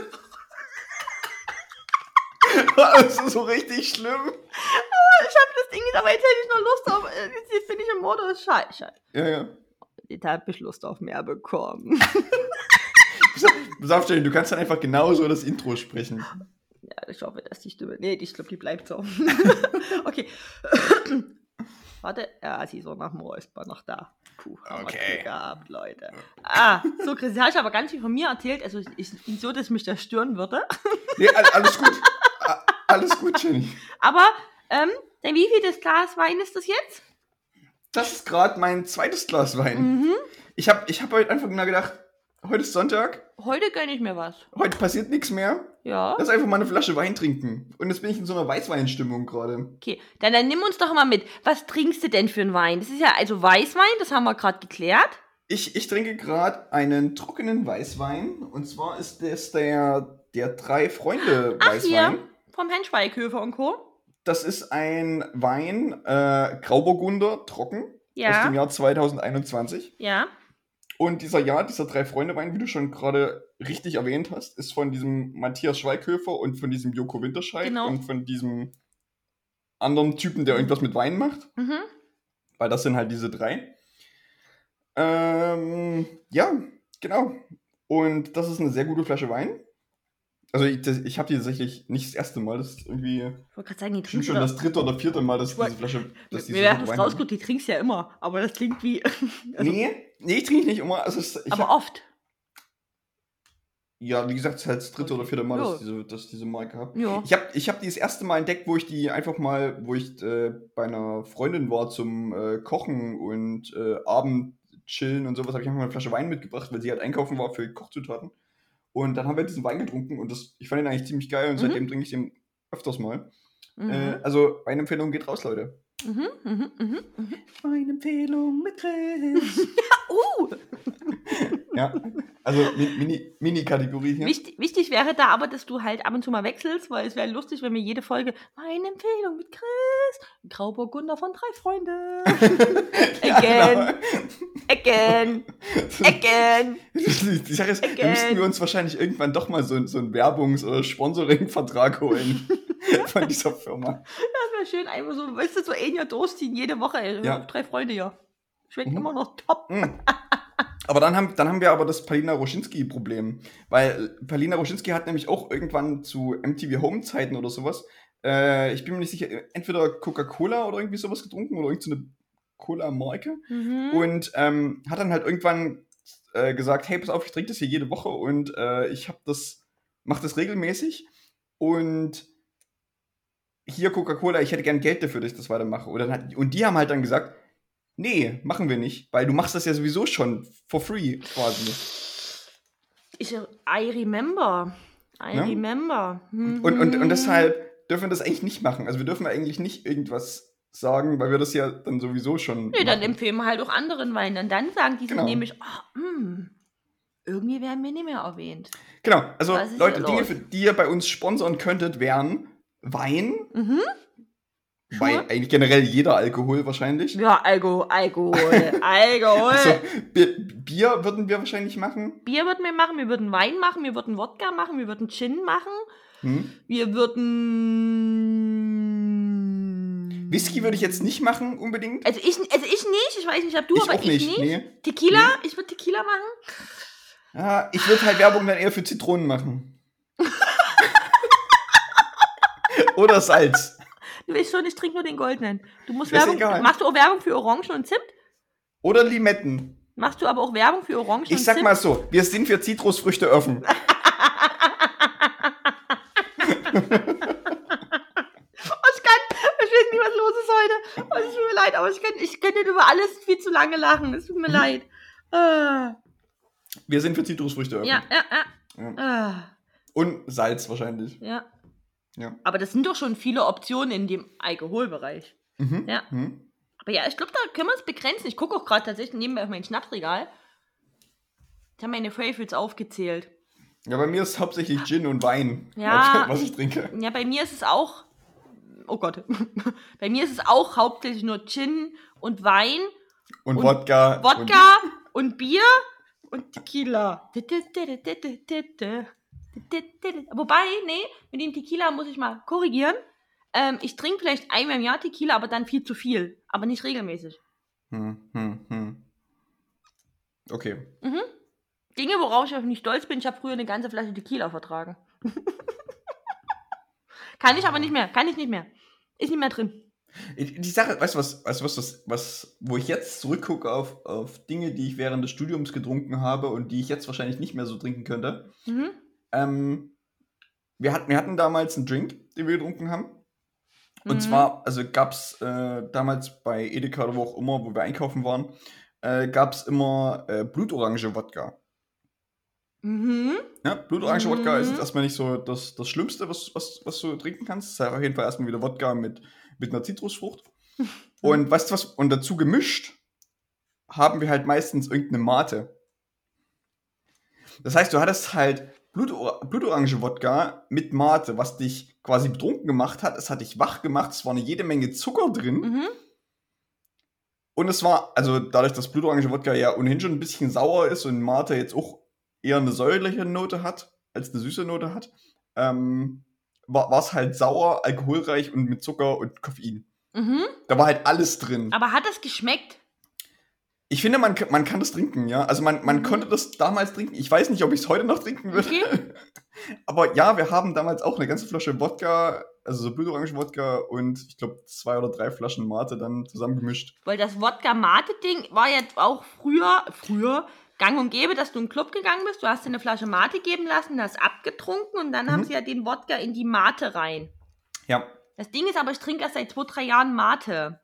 Das ist so richtig schlimm. Oh, ich hab das Ding nicht, aber jetzt hätte ich noch Lust auf. Jetzt bin ich im Modus. Scheiße. Ja, ja. Jetzt habe ich Lust auf mehr bekommen. Pass auf, Jenny, du kannst dann einfach genauso das Intro sprechen. Ja, ich hoffe, dass die Stimme. Nee, ich glaube, die bleibt so. Okay. Warte. Ja, sie ist so nach dem Räusper noch da. Puh, haben okay. wir Glück gehabt, Leute. Ah, so, Chris, habe ich aber ganz viel von mir erzählt. Also, ich bin so, dass mich das stören würde. Nee, alles gut. Alles gut, Jenny. Aber, ähm, denn wie viel das Glas Wein ist das jetzt? Das ist gerade mein zweites Glas Wein. Mhm. Ich habe ich hab heute einfach mal gedacht, heute ist Sonntag. Heute gönne ich mir was. Heute passiert nichts mehr. Ja. Lass einfach mal eine Flasche Wein trinken. Und jetzt bin ich in so einer Weißweinstimmung gerade. Okay, dann, dann nimm uns doch mal mit. Was trinkst du denn für einen Wein? Das ist ja also Weißwein, das haben wir gerade geklärt. Ich, ich trinke gerade einen trockenen Weißwein. Und zwar ist das der, der Drei-Freunde-Weißwein. Ach, hier, vom Herrn Schweighöfer und Co. Das ist ein Wein, äh, Grauburgunder, trocken, ja. aus dem Jahr zwanzig einundzwanzig. Ja. Und dieser Jahr, dieser Drei-Freunde-Wein, wie du schon gerade richtig erwähnt hast, ist von diesem Matthias Schweighöfer und von diesem Joko Winterscheid genau. und von diesem anderen Typen, der irgendwas mit Wein macht. Mhm. Weil das sind halt diese drei. Ähm, ja, genau. Und das ist eine sehr gute Flasche Wein. Also ich, ich habe die tatsächlich nicht das erste Mal, das ist irgendwie ich wollte gerade sagen, die schon, schon das dritte oder vierte Mal, dass wollt, diese Flasche... Dass mir wäre das rausgekommen, die trinkst ja immer, aber das klingt wie... also, nee, nee, ich trinke nicht immer. Also es, aber hab, oft. Ja, wie gesagt, es ist halt das dritte okay. oder vierte Mal, ja. dass ich diese, dass ich diese Marke habe. Ja. Ich habe ich hab die das erste Mal entdeckt, wo ich die einfach mal, wo ich äh, bei einer Freundin war zum äh, Kochen und äh, Abend chillen und sowas, habe ich einfach mal eine Flasche Wein mitgebracht, weil sie halt einkaufen war für Kochzutaten. Und dann haben wir diesen Wein getrunken und das, ich fand den eigentlich ziemlich geil und mhm. seitdem trinke ich den öfters mal. Mhm. Äh, also, Weinempfehlung geht raus, Leute. Mhm, mhm, mhm, mhm. Weinempfehlung mit Chris. uh! Ja, also Mini, Mini-Kategorie hier. Wichtig, wichtig wäre da aber, dass du halt ab und zu mal wechselst, weil es wäre lustig, wenn wir jede Folge Weinempfehlung mit Chris, Grauburgunder von Drei Freunde. Again. Again. Again. Die Sache ist, da müssten wir uns wahrscheinlich irgendwann doch mal so, so einen Werbungs- oder Sponsoring-Vertrag holen von dieser Firma. Das wäre schön, einfach so, weißt du, so ein Jahr durchziehen, jede Woche. Ja. Drei Freunde, ja. Schmeckt mhm. immer noch top. Mhm. Aber dann haben, dann haben wir aber das Palina Roschinski-Problem. Weil Palina Roschinski hat nämlich auch irgendwann zu M T V Home-Zeiten oder sowas, äh, ich bin mir nicht sicher, entweder Coca-Cola oder irgendwie sowas getrunken oder irgendeine so Cola-Marke. Mhm. Und ähm, hat dann halt irgendwann äh, gesagt, hey, pass auf, ich trinke das hier jede Woche und äh, ich hab das, mach das regelmäßig. Und hier Coca-Cola, ich hätte gern Geld dafür, dass ich das weitermache. Und, dann hat, und die haben halt dann gesagt, nee, machen wir nicht, weil du machst das ja sowieso schon for free quasi. Ich, I remember. I ja? remember. Mhm. Und, und, und deshalb dürfen wir das eigentlich nicht machen. Also wir dürfen eigentlich nicht irgendwas sagen, weil wir das ja dann sowieso schon Nee, machen. Dann empfehlen wir halt auch anderen Wein. Und dann sagen die genau. nämlich, oh, mh, irgendwie werden wir nicht mehr erwähnt. Genau, also Leute, Dinge, für die ihr bei uns sponsern könntet, wären Wein, mhm. Weil eigentlich generell jeder Alkohol wahrscheinlich. Ja, Alkohol, Alkohol, Alkohol. Also, Bier, Bier würden wir wahrscheinlich machen. Bier würden wir machen, wir würden Wein machen, wir würden Wodka machen, wir würden Gin machen. Hm? Wir würden... Whisky würde ich jetzt nicht machen, unbedingt. Also ich, also ich nicht, ich weiß nicht, ob du, Ich aber auch ich nicht, nicht. nee. Tequila, Nee. ich würde Tequila machen. Ja, ich würde halt Werbung dann eher für Zitronen machen. Oder Salz. Du weißt schon, ich trinke nur den goldenen. Du musst Das ist Werbung, egal. machst du auch Werbung für Orangen und Zimt? Oder Limetten. Machst du aber auch Werbung für Orangen und Zimt? Ich sag mal so, wir sind für Zitrusfrüchte offen. Ich kann, ich weiß nicht, was los ist heute. Oh, es tut mir leid, aber ich kann, ich kann nicht über alles viel zu lange lachen. Es tut mir leid. Ah. Wir sind für Zitrusfrüchte offen. Ja, ja, ja. Ja. Ah. Und Salz wahrscheinlich. Ja. Ja. Aber das sind doch schon viele Optionen in dem Alkoholbereich. Mhm. Ja. Mhm. Aber ja, ich glaube, da können wir es begrenzen. Ich gucke auch gerade tatsächlich nebenbei auf mein Schnapsregal. Ich habe meine Favorites aufgezählt. Ja, bei mir ist hauptsächlich Gin und Wein, Ja. was ich trinke. Ja, bei mir ist es auch... Oh Gott. Bei mir ist es auch hauptsächlich nur Gin und Wein. Und, Und Wodka. Wodka und Bier und Tequila. Wobei, nee, mit dem Tequila muss ich mal korrigieren. Ähm, ich trinke vielleicht einmal im Jahr Tequila, aber dann viel zu viel. Aber nicht regelmäßig. Hm, hm, hm. Okay. Mhm. Dinge, worauf ich nicht stolz bin, ich habe früher eine ganze Flasche Tequila vertragen. Kann ich aber nicht mehr, kann ich nicht mehr. Ist nicht mehr drin. Die Sache, weißt du was, weißt du was, was, was, wo ich jetzt zurückgucke auf, auf Dinge, die ich während des Studiums getrunken habe und die ich jetzt wahrscheinlich nicht mehr so trinken könnte. Mhm. Ähm, wir, hatten, wir hatten damals einen Drink, den wir getrunken haben. Und Mhm. zwar, also gab es äh, damals bei Edeka oder wo auch immer, wo wir einkaufen waren, äh, gab es immer äh, Blutorange-Wodka. Mhm. Ja, Blutorange-Wodka Mhm. ist jetzt erstmal nicht so das, das Schlimmste, was, was, was du trinken kannst. Es ist halt auf jeden Fall erstmal wieder Wodka mit, mit einer Zitrusfrucht. Und weißt du was? Und dazu gemischt haben wir halt meistens irgendeine Mate. Das heißt, du hattest halt Blutor- Blutorange-Wodka mit Mate, was dich quasi betrunken gemacht hat. Es hat dich wach gemacht, es war eine jede Menge Zucker drin. Mhm. Und es war, also dadurch, dass Blutorange-Wodka ja ohnehin schon ein bisschen sauer ist und Mate jetzt auch eher eine säuerliche Note hat, als eine süße Note hat, ähm, war es halt sauer, alkoholreich und mit Zucker und Koffein. Mhm. Da war halt alles drin. Aber hat das geschmeckt? Ich finde, man, man kann das trinken, ja. Also man, man Mhm. konnte das damals trinken. Ich weiß nicht, ob ich es heute noch trinken würde. Okay. Aber ja, wir haben damals auch eine ganze Flasche Wodka, also so Blutorangen-Wodka und ich glaube zwei oder drei Flaschen Mate dann zusammen gemischt. Weil das Wodka-Mate-Ding war jetzt auch früher, früher gang und gäbe, dass du in den Club gegangen bist, du hast dir eine Flasche Mate geben lassen, hast abgetrunken und dann Mhm. haben sie ja den Wodka in die Mate rein. Ja. Das Ding ist aber, ich trinke erst seit zwei, drei Jahren Mate.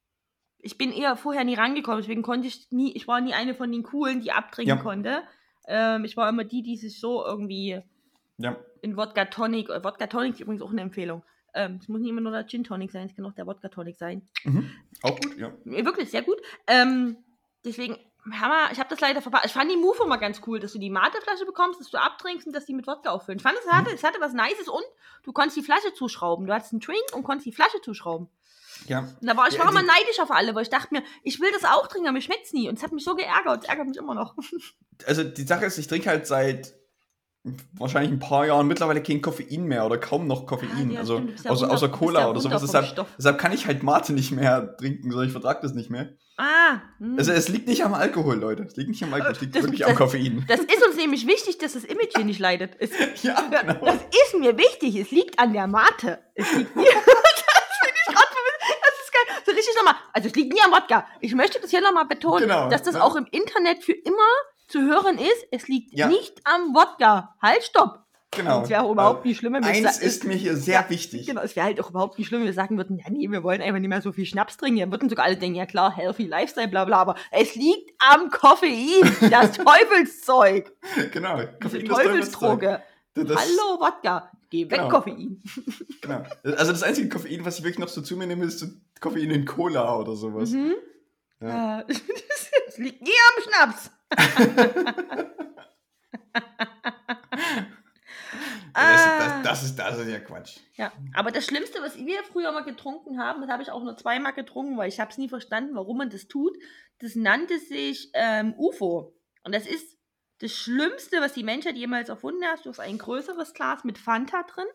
Ich bin eher vorher nie rangekommen, deswegen konnte ich nie, ich war nie eine von den Coolen, die abtrinken Ja. konnte. Ähm, ich war immer die, die sich so irgendwie Ja. in Wodka Tonic, äh, Wodka Tonic ist übrigens auch eine Empfehlung. Ähm, es muss nicht immer nur der Gin Tonic sein, es kann auch der Wodka Tonic sein. Mhm. Auch gut, ja. Äh, Wirklich, sehr gut. Ähm, deswegen, Hammer, ich habe das leider verpasst. Ich fand die Move immer ganz cool, dass du die Mateflasche bekommst, dass du abtrinkst und dass die mit Wodka auffüllen. Ich fand, es hatte, es hatte was Nices und du konntest die Flasche zuschrauben. Du hattest einen Drink und konntest die Flasche zuschrauben. Ja. Und da war ich Ja, war immer die- neidisch auf alle, weil ich dachte mir, ich will das auch trinken, aber mir schmeckt's nie. Und es hat mich so geärgert. Es ärgert mich immer noch. Also die Sache ist, ich trinke halt seit wahrscheinlich ein paar Jahren mittlerweile kein Koffein mehr oder kaum noch Koffein. Ah, ja, also stimmt, du bist ja außer, runter- außer du bist Cola ja oder runter sowas. vom Deshalb, Stoff. deshalb kann ich halt Mate nicht mehr trinken, sondern ich vertrage das nicht mehr. Ah. Hm. Also es liegt nicht am Alkohol, Leute. Es liegt nicht am Alkohol, es liegt Das- wirklich das- am Koffein. Das ist uns nämlich wichtig, dass das Image hier nicht leidet. Es, Ja, genau. Das ist mir wichtig. Es liegt an der Mate. Es liegt nie. Das finde ich gerade verwirrend. Das ist geil. So richtig nochmal. Also es liegt nie am Wodka. Ich möchte das hier nochmal betonen, Genau, dass das ja. auch im Internet für immer zu hören ist. Es liegt Ja. nicht am Wodka. Halt, stopp. Genau. Es wäre auch überhaupt nicht schlimm, wenn wir Eins sa- ist mir hier sehr Ja, wichtig. Genau, es wäre halt auch überhaupt nicht schlimm, wenn wir sagen würden, ja nee, wir wollen einfach nicht mehr so viel Schnaps trinken. Dann würden sogar alle denken, ja klar, healthy Lifestyle, bla bla, aber es liegt am Koffein, das Teufelszeug, Genau. diese Koffein, das Teufelsdroge. Das- das- Hallo Wodka, geh weg Genau. Koffein. Genau. Also das einzige Koffein, was ich wirklich noch so zu mir nehme, ist so Koffein in Cola oder sowas. Mhm. Ja. Äh, Es liegt nie am Schnaps. Das, Ah. das, das, ist, das ist ja Quatsch. Ja, aber das Schlimmste, was wir früher mal getrunken haben, das habe ich auch nur zweimal getrunken, weil ich habe es nie verstanden, warum man das tut. Das nannte sich ähm, U F O. Und das ist das Schlimmste, was die Menschheit jemals erfunden hat. Du hast ein größeres Glas mit Fanta drin.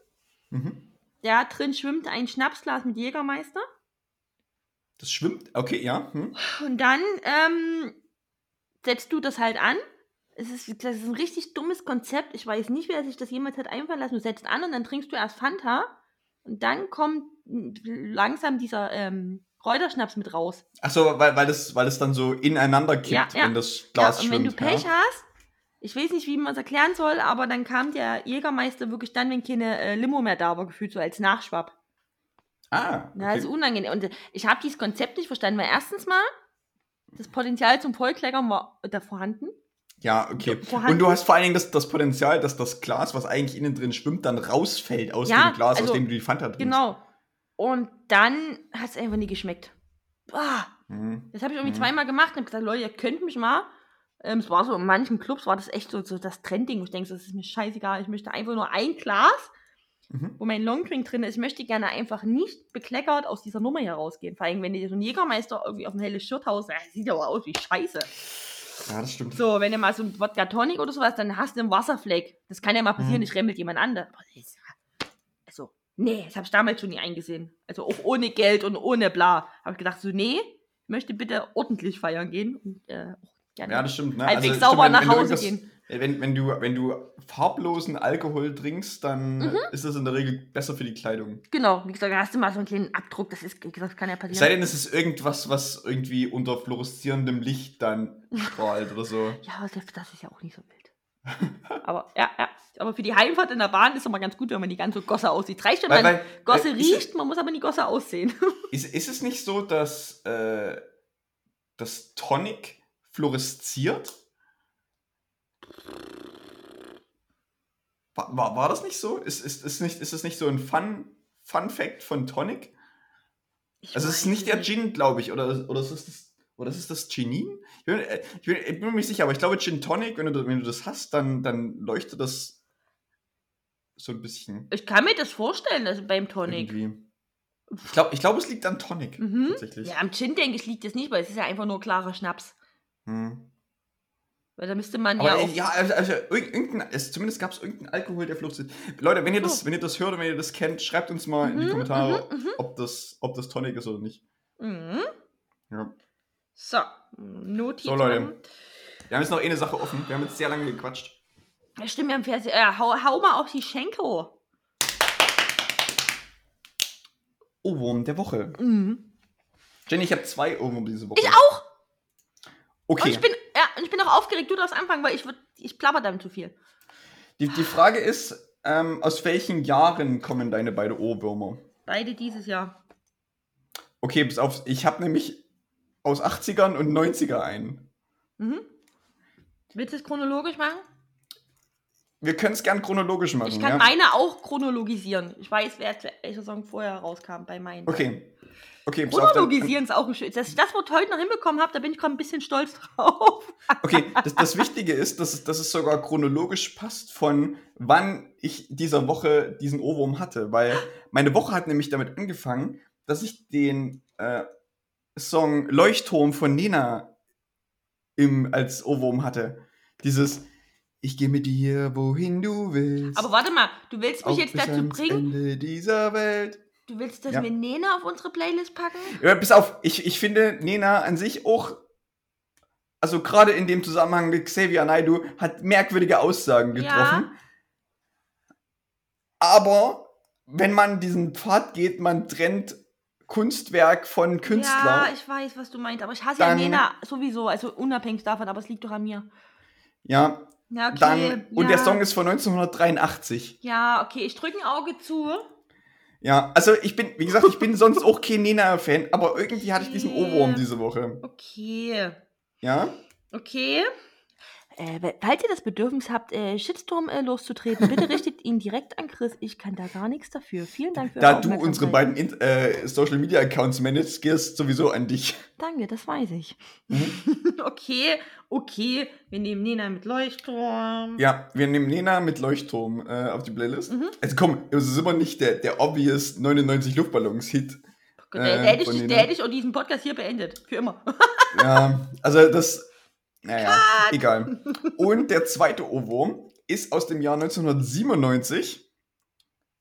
Mhm. Da drin schwimmt ein Schnapsglas mit Jägermeister. Das schwimmt, okay, ja. Hm. Und dann ähm, setzt du das halt an. Es ist, das ist ein richtig dummes Konzept. Ich weiß nicht, wer sich das jemals hat einfallen lassen. Du setzt an und dann trinkst du erst Fanta. Und dann kommt langsam dieser ähm, Kräuterschnaps mit raus. Achso, weil, weil, das, weil das dann so ineinander kippt, Ja, ja. wenn das Glas Ja, und schwimmt. wenn du Pech ja. hast, ich weiß nicht, wie man es erklären soll, aber dann kam der Jägermeister wirklich dann, wenn keine äh, Limo mehr da war, gefühlt so als Nachschwapp. Ah, Ja, das ist unangenehm. Und äh, ich habe dieses Konzept nicht verstanden, weil erstens mal, das Potenzial zum Vollkleckern war da vorhanden. Ja, okay. Vorhanden. Und du hast vor allen Dingen das, das Potenzial, dass das Glas, was eigentlich innen drin schwimmt, dann rausfällt aus Ja, dem Glas, also, aus dem du die Fanta trinkst. Genau. Und dann hat es einfach nie geschmeckt. Boah. Mhm. Das habe ich irgendwie Mhm. zweimal gemacht und habe gesagt, Leute, ihr könnt mich mal. Ähm, es war so, in manchen Clubs war das echt so, so das Trendding. Ich denke, das ist mir scheißegal. Ich möchte einfach nur ein Glas, Mhm. wo mein Longdrink drin ist. Ich möchte gerne einfach nicht bekleckert aus dieser Nummer hier rausgehen. Vor allem, wenn dir so ein Jägermeister irgendwie auf ein helles Shirt haust, das sieht aber aus wie Scheiße. Ja, das stimmt. So, wenn du mal so ein Wodka Tonic oder sowas, dann hast du einen Wasserfleck. Das kann ja mal passieren, Mhm. ich remmelt jemand an. Da- Also, nee, das habe ich damals schon nie eingesehen. Also auch ohne Geld und ohne bla. Habe ich gedacht, so, nee, ich möchte bitte ordentlich feiern gehen und äh, auch gerne Ja, das stimmt. Ne? halbwegs stimmt, sauber wenn- nach wenn du Hause irgendwas- gehen. Wenn, wenn, du, wenn du farblosen Alkohol trinkst, dann Mhm. ist das in der Regel besser für die Kleidung. Genau, wie gesagt, da hast du mal so einen kleinen Abdruck, das ist, wie gesagt, kann ja Es sei passieren. denn, es ist irgendwas, was irgendwie unter fluoreszierendem Licht dann strahlt oder so. Ja, aber selbst das ist ja auch nicht so wild. aber ja, ja. Aber für die Heimfahrt in der Bahn ist es immer ganz gut, wenn man die ganze Gosse aussieht. Es reicht, wenn Weil- man weil, Gosse äh, ist riecht, man muss aber nie Gosse aussehen. Ist, ist es nicht so, dass äh, das Tonic fluoresziert? War, war, war das nicht so? Ist, ist, ist, nicht, ist das nicht so ein Fun, Fun Fact von Tonic? Ich Also es ist weiß nicht der Gin, glaube ich, oder, oder ist das das, oder ist es das Ginin? Ich bin, äh, ich, bin, ich bin mir nicht sicher, aber ich glaube Gin Tonic, wenn du, wenn du das hast, dann, dann leuchtet das so ein bisschen Ich kann mir das vorstellen, also beim Tonic. irgendwie. Ich glaube, ich glaub, es liegt an Tonic, Mhm. tatsächlich. Ja, am Gin, denke ich, liegt es nicht, weil es ist ja einfach nur klarer Schnaps. Hm. Weil da müsste man Aber ja ja, auch... ja also, also irgendein, es, zumindest gab es irgendeinen Alkohol, der fluoresziert. Leute, wenn ihr, das, Oh. wenn ihr das hört und wenn ihr das kennt, schreibt uns mal in die Mhm, Kommentare, mhm, mhm. ob, das, ob das Tonic ist oder nicht. Mhm. Ja. So, Notiz So, Leute. machen. Wir haben jetzt noch eine Sache offen. Wir haben jetzt sehr lange gequatscht. Ja, stimmt, wir haben Fernsehen. Äh, hau, hau mal auf die Schenko. Ohrwurm der Woche. Mhm. Jenny, ich habe zwei Ohrwurm diese Woche. Ich auch. Okay. Und ich bin, ja, und ich bin auch aufgeregt. Du darfst anfangen, weil ich, würd, ich plapper damit zu viel. Die, die Frage ist, ähm, aus welchen Jahren kommen deine beiden Ohrwürmer? Beide dieses Jahr. Okay, bis auf. Ich habe nämlich aus achtzigern und neunziger einen. Mhm. Willst du es chronologisch machen? Wir können es gern chronologisch machen. Ich kann ja? meine auch chronologisieren. Ich weiß, wer welcher Song vorher rauskam bei meinen. Okay. Okay, pass auf, dann- Chronologisieren ist auch ein schön. Dass ich das Wort heute noch hinbekommen habe, da bin ich gerade ein bisschen stolz drauf. Okay, das, das Wichtige ist, dass es, dass es sogar chronologisch passt, von wann ich dieser Woche diesen Ohrwurm hatte. Weil meine Woche hat nämlich damit angefangen, dass ich den äh, Song Leuchtturm von Nena im, als Ohrwurm hatte. Dieses Ich gehe mit dir, wohin du willst. Aber warte mal, du willst mich auch jetzt bis dazu ans bringen, Ende dieser Welt. du willst, dass Ja. wir Nena auf unsere Playlist packen? Ja, bis auf, ich, ich finde Nena an sich auch, also gerade in dem Zusammenhang mit Xavier Naidoo, hat merkwürdige Aussagen getroffen. Ja. Aber wenn man diesen Pfad geht, man trennt Kunstwerk von Künstler. Ja, ich weiß, was du meinst, aber ich hasse Dann- ja Nena sowieso, also unabhängig davon, aber es liegt doch an mir. Ja, Ja, okay. dann, und ja. der Song ist von neunzehnhundertdreiundachtzig. Ja, okay, ich drücke ein Auge zu. Ja, also ich bin, wie gesagt, ich bin sonst auch kein Nena-Fan, aber irgendwie hatte ich diesen Okay. Ohrwurm diese Woche. Okay. Ja? Okay. Äh, falls ihr das Bedürfnis habt, äh, Shitstorm äh, loszutreten, bitte richtet ihn direkt an Chris. Ich kann da gar nichts dafür. Vielen Dank für Da eure du unsere Aufmerksamkeit. beiden In- äh, Social-Media-Accounts managst, geht es sowieso an dich. Danke, das weiß ich. Mhm. okay, okay. Wir nehmen Nena mit Leuchtturm. Ja, wir nehmen Nena mit Leuchtturm äh, auf die Playlist. Mhm. Also komm, es ist immer nicht der, der obvious neunundneunzig Luftballons-Hit. Da, da, äh, hätte von ich, Nena. da hätte ich auch diesen Podcast hier beendet. Für immer. Ja, also das, naja, egal. Und der zweite Ohrwurm ist aus dem Jahr neunzehnhundertsiebenundneunzig.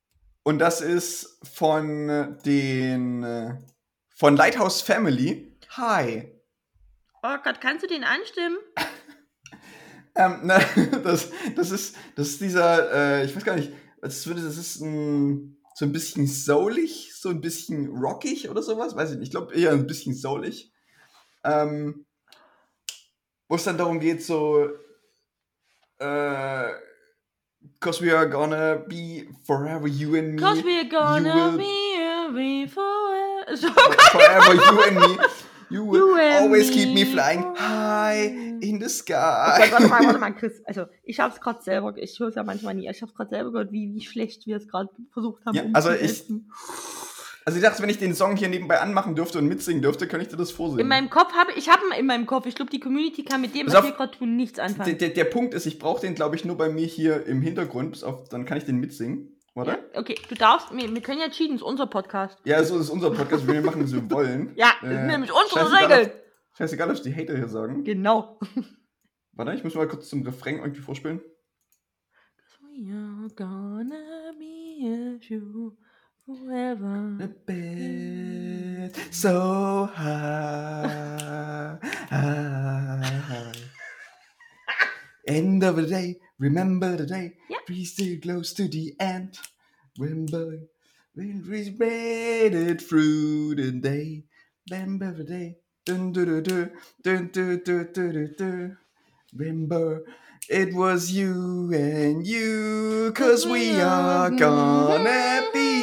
Und das ist von den äh, von Lighthouse Family. Hi. Oh Gott, kannst du den anstimmen? ähm, na, das, das, ist, das ist dieser, äh, ich weiß gar nicht, das ist ein, so ein bisschen soulig, so ein bisschen rockig oder sowas, weiß ich nicht. Ich glaube eher ein bisschen soulig. Ähm, wo es dann darum geht, so äh, Cause we are gonna be forever you and me. Cause we're gonna will, be, be forever. So forever you and me. You will You and always me keep me flying forever. high in the Oh sky. Gott, warte mal, warte mal, Chris. Also, ich hab's gerade selber, ich höre es ja manchmal nie, ich hab's gerade selber gehört, wie, wie schlecht wir es gerade versucht haben Ja, also ich, umzusetzen. also ich dachte, wenn ich den Song hier nebenbei anmachen dürfte und mitsingen dürfte, könnte ich dir das vorsingen. In meinem Kopf habe ich, habe ihn in meinem Kopf, ich glaube, die Community kann mit dem, Pass was auf, wir gerade tun, nichts der, anfangen. der, der Punkt ist, ich brauche den, glaube ich, nur bei mir hier im Hintergrund. Bis auf, dann kann ich den mitsingen. Warte. Ja? Okay, du darfst, wir, wir können ja cheaten, das ist unser Podcast. Ja, so ist unser Podcast, wir machen, was wir wollen. Ja, das Äh, sind nämlich unsere scheißegal, Regeln. ob- Scheißegal, was die Hater hier sagen. Genau. Warte, ich muss mal kurz zum Refrain irgendwie vorspielen. We are gonna be with you forever. A bit so high, high. End of the day, remember the day. Ja. We still close to the end. Remember when we made it through the day. Remember the day. Dun, dun, dun, dun, dun, dun, dun, dun, dun, dun. Remember it was you and you, 'cause we are gonna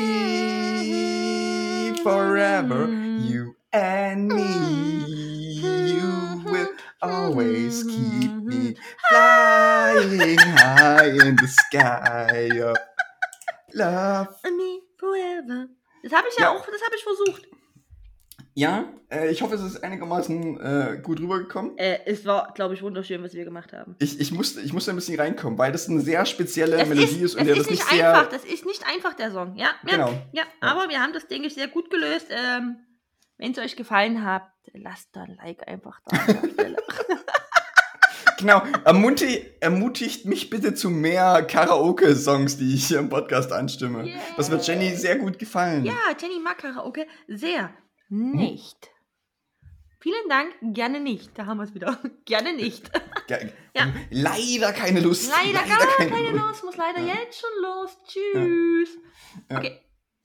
be forever, you and me. You will always keep me flying high in the sky of love. And me forever. Das habe ich ja, Ja. auch, das habe ich versucht. Ja, äh, ich hoffe, es ist einigermaßen äh, gut rübergekommen. Äh, es war, glaube ich, wunderschön, was wir gemacht haben. Ich, ich, musste, ich musste ein bisschen reinkommen, weil das eine sehr spezielle Das Melodie ist, ist und das der ist das nicht nicht einfach, sehr. das ist nicht einfach, der Song. Ja, ja, Genau. ja, aber wir haben das, denke ich, sehr gut gelöst. Ähm, wenn es euch gefallen hat, lasst da ein Like einfach da an der Stelle. Genau, ermutigt, ermutigt mich bitte zu mehr Karaoke-Songs, die ich hier im Podcast anstimme. Yeah. Das wird Jenny sehr gut gefallen. Ja, Jenny mag Karaoke sehr. Nicht. Vielen Dank, gerne nicht. Da haben wir es wieder. Gerne nicht. Ge- Ja. Leider keine Lust. Leider, gar keine Lust. Muss leider Ja. jetzt schon los. Tschüss. Ja. Okay.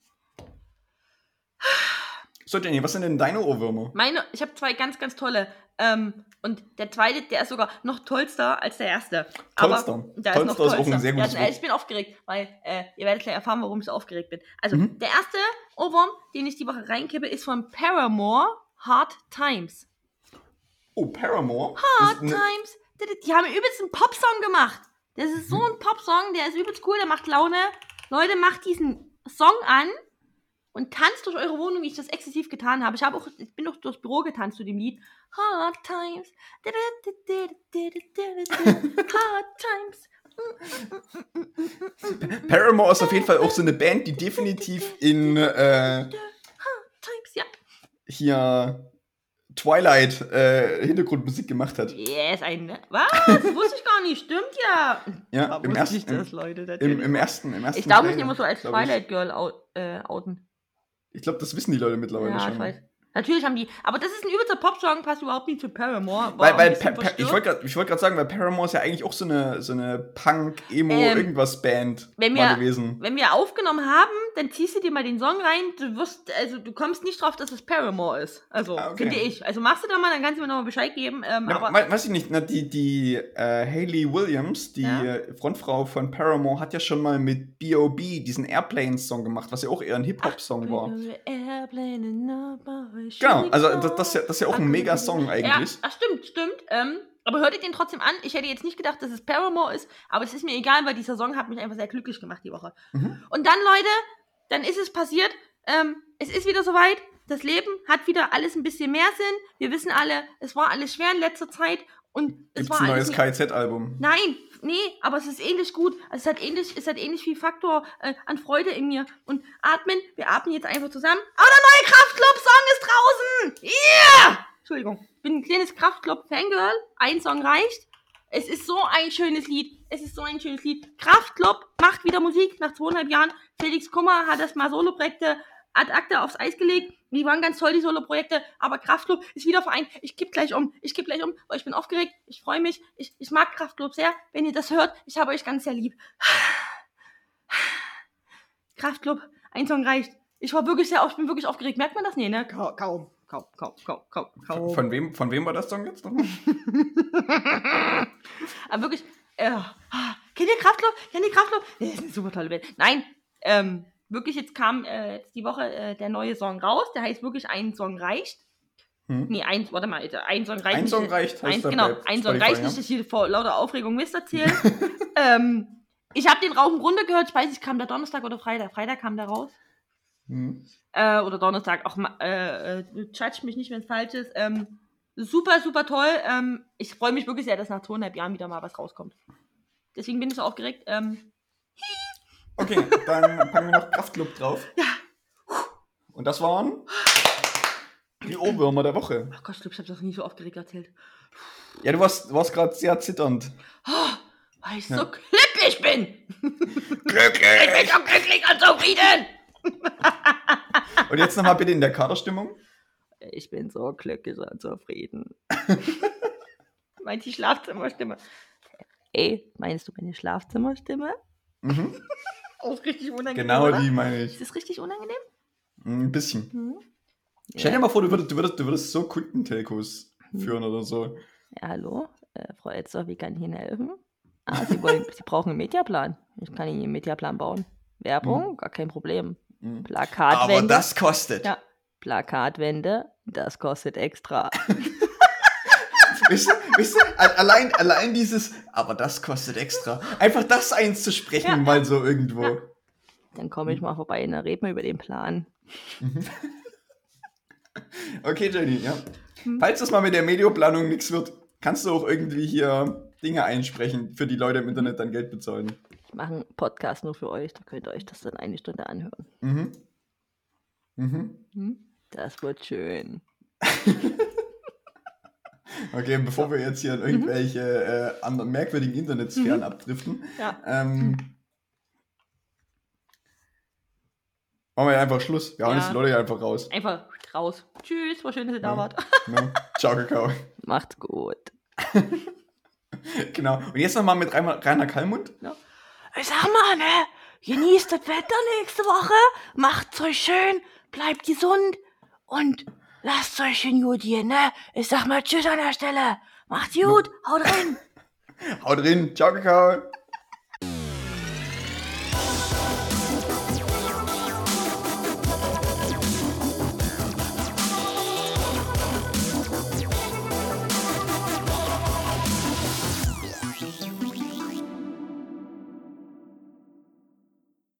So, Jenny, was sind denn deine Ohrwürmer? Meine, ich habe zwei ganz, ganz tolle. Ähm, und der zweite, der ist sogar noch tollster als der erste. Tollster. Aber der Tollster ist noch ist auch tollster. ein sehr gutes ja, äh, Wort. Ich bin aufgeregt, weil äh, ihr werdet gleich erfahren, warum ich so aufgeregt bin. Also, Mhm. der erste Ohrwurm, den ich die Woche reinkippe, ist von Paramore, Hard Times. Oh, Paramore. Hard Das ist eine- Times. Die, die haben übelst einen Popsong gemacht. Das ist so ein Popsong, der ist übelst cool, der macht Laune. Leute, macht diesen Song an und tanzt durch eure Wohnung, wie ich das exzessiv getan habe. Ich, habe auch, ich bin auch durchs Büro getanzt zu dem Lied. Hard Times. Hard Times. Paramore ist auf jeden Fall auch so eine Band, die definitiv in äh, Hard Times, ja. hier Twilight äh, Hintergrundmusik gemacht hat. Yes, ein. Was? Das wusste ich gar nicht. Stimmt ja. Ja, Aber im wusste ersten, ich das, Leute. im, natürlich. im ersten, im ersten Ich darf mich Trailer, immer so als glaub ich. Twilight Girl out, äh, outen. Ich glaube, das wissen die Leute mittlerweile Ja, schon. ich weiß. Natürlich haben die. Aber das ist ein übelster Popsong, passt überhaupt nicht zu Paramore. War Weil, ein weil bisschen pa pa ich verstört. wollte gerade wollt sagen, weil Paramore ist ja eigentlich auch so eine, so eine Punk-Emo-Irgendwas-Band Ähm, wenn mal wir- gewesen. Wenn wir aufgenommen haben, dann ziehst du dir mal den Song rein. Du wirst, also du kommst nicht drauf, dass es Paramore ist. Also, Ah, okay. finde ich. Also machst du da mal, dann kannst du mir nochmal Bescheid geben. Ähm, Ja, aber we- weiß ich nicht, na, die, die äh, Hayley Williams, die Ja. äh, Frontfrau von Paramore, hat ja schon mal mit B O B diesen Airplanes-Song gemacht, was ja auch eher ein Hip-Hop-Song war. Genau, also das, das, ist ja, das ist ja auch ein Mega-Song Ja, eigentlich. ach, stimmt, stimmt. Ähm, aber hört ihr den trotzdem an? Ich hätte jetzt nicht gedacht, dass es Paramore ist, aber es ist mir egal, weil dieser Song hat mich einfach sehr glücklich gemacht die Woche. Mhm. Und dann, Leute, dann ist es passiert. Ähm, es ist wieder soweit. Das Leben hat wieder alles ein bisschen mehr Sinn. Wir wissen alle, es war alles schwer in letzter Zeit. Und es Gibt's war ein alles neues K Z-Album? Nein, nee, aber es ist ähnlich gut. Also es hat ähnlich, es hat ähnlich viel Faktor äh, an Freude in mir. Und atmen, wir atmen jetzt einfach zusammen. Oh, der neue Kraftklub-Song ist draußen! Yeah! Entschuldigung, ich bin ein kleines Kraftklub-Fangirl. Ein Song reicht. Es ist so ein schönes Lied. Es ist so ein schönes Lied. Kraftklub macht wieder Musik nach zweieinhalb Jahren. Felix Kummer hat das mal Soloprojekte ad acta aufs Eis gelegt. Die waren ganz toll, die Soloprojekte. Aber Kraftklub ist wieder vereint. Ich kipp gleich um. Ich kipp gleich um, weil ich bin aufgeregt. Ich freue mich. Ich, ich mag Kraftklub sehr. Wenn ihr das hört, ich habe euch ganz sehr lieb. Kraftklub, ein Song reicht. Ich war wirklich sehr, ich bin wirklich aufgeregt. Merkt man das? Nee, ne? Kaum, kaum, kaum, kaum, kaum, kaum. Von, von, wem, von wem war das Song jetzt nochmal? Aber wirklich, äh, kennt ihr Kraftklub? Kennt ihr Kraftklub? Das ist eine super tolle Band. Nein, ähm, wirklich, jetzt kam äh, jetzt die Woche äh, der neue Song raus. Der heißt wirklich Ein Song reicht. Hm. Nee, ein, warte mal, ein Song reicht. Ein Song reicht. Ein, genau, ein Song reicht nicht, dass ich hier vor lauter Aufregung Mist erzähle. ähm, ich habe den Rauf und Runter gehört. Ich weiß nicht, kam der Donnerstag oder Freitag? Freitag kam der raus. Hm. Äh, oder Donnerstag, auch äh, du judge mich nicht, wenn es falsch ist. Ähm, super, super toll. Ähm, ich freue mich wirklich sehr, dass nach zweieinhalb Jahren wieder mal was rauskommt. Deswegen bin ich so aufgeregt. Ähm. Okay, dann packen wir noch Kraftklub drauf. Ja. Und das waren die Ohrwürmer der Woche. Oh Gott, ich glaube, ich habe das nie so aufgeregt erzählt. Ja, du warst, warst gerade sehr zitternd. Oh, weil ich ja. so glücklich bin. Glücklich! Ich bin so glücklich und zufrieden. Und jetzt nochmal bitte in der Katerstimmung. Ich bin so glücklich und zufrieden. Meint die Schlafzimmerstimme. Ey, meinst du meine Schlafzimmerstimme? Mhm. Oh, ist richtig unangenehm. Genau oder? die meine ich. Ist das richtig unangenehm? Ein bisschen. Mhm. Stell dir Ja. mal vor, du würdest, du würdest, du würdest so Kundentelcos Mhm. führen oder so. Ja, hallo, äh, Frau Etzer, wie kann ich Ihnen helfen? Ah, Sie, wollen, Sie brauchen einen Mediaplan. Ich kann Ihnen einen Mediaplan bauen. Werbung, Mhm. gar kein Problem. Mhm. Plakatwände. Aber das kostet. Ja, Plakatwände, das kostet extra. Weißt du, weißt du, allein, allein dieses, aber das kostet extra. Einfach das einzusprechen, Ja. mal so irgendwo. Ja. Dann komme ich mal vorbei und dann reden wir über den Plan. Okay, Jenny, ja. Hm. Falls das mal mit der Medioplanung nichts wird, kannst du auch irgendwie hier Dinge einsprechen, für die Leute im Internet dann Geld bezahlen. Ich mache einen Podcast nur für euch, da könnt ihr euch das dann eine Stunde anhören. Mhm. Mhm. Hm? Das wird schön. Okay, bevor wir jetzt hier in irgendwelche äh, anderen merkwürdigen Internetsphären Mhm. abdriften, Ja. ähm, machen wir einfach Schluss. Wir hauen Ja. jetzt die Leute einfach raus. Einfach raus. Tschüss, war schön, dass ihr da Ja. wart. Ne? Ciao, Kakao. Macht's gut. Genau. Und jetzt nochmal mit Rainer, Rainer Kallmund. Ja. Ich sag mal, ne? Genießt das Wetter nächste Woche. Macht's euch schön. Bleibt gesund. Und lasst euch schön gut gehen, ne? Ich sag mal Tschüss an der Stelle. Macht's gut. Haut rein. Haut rein. Ciao, Kakao.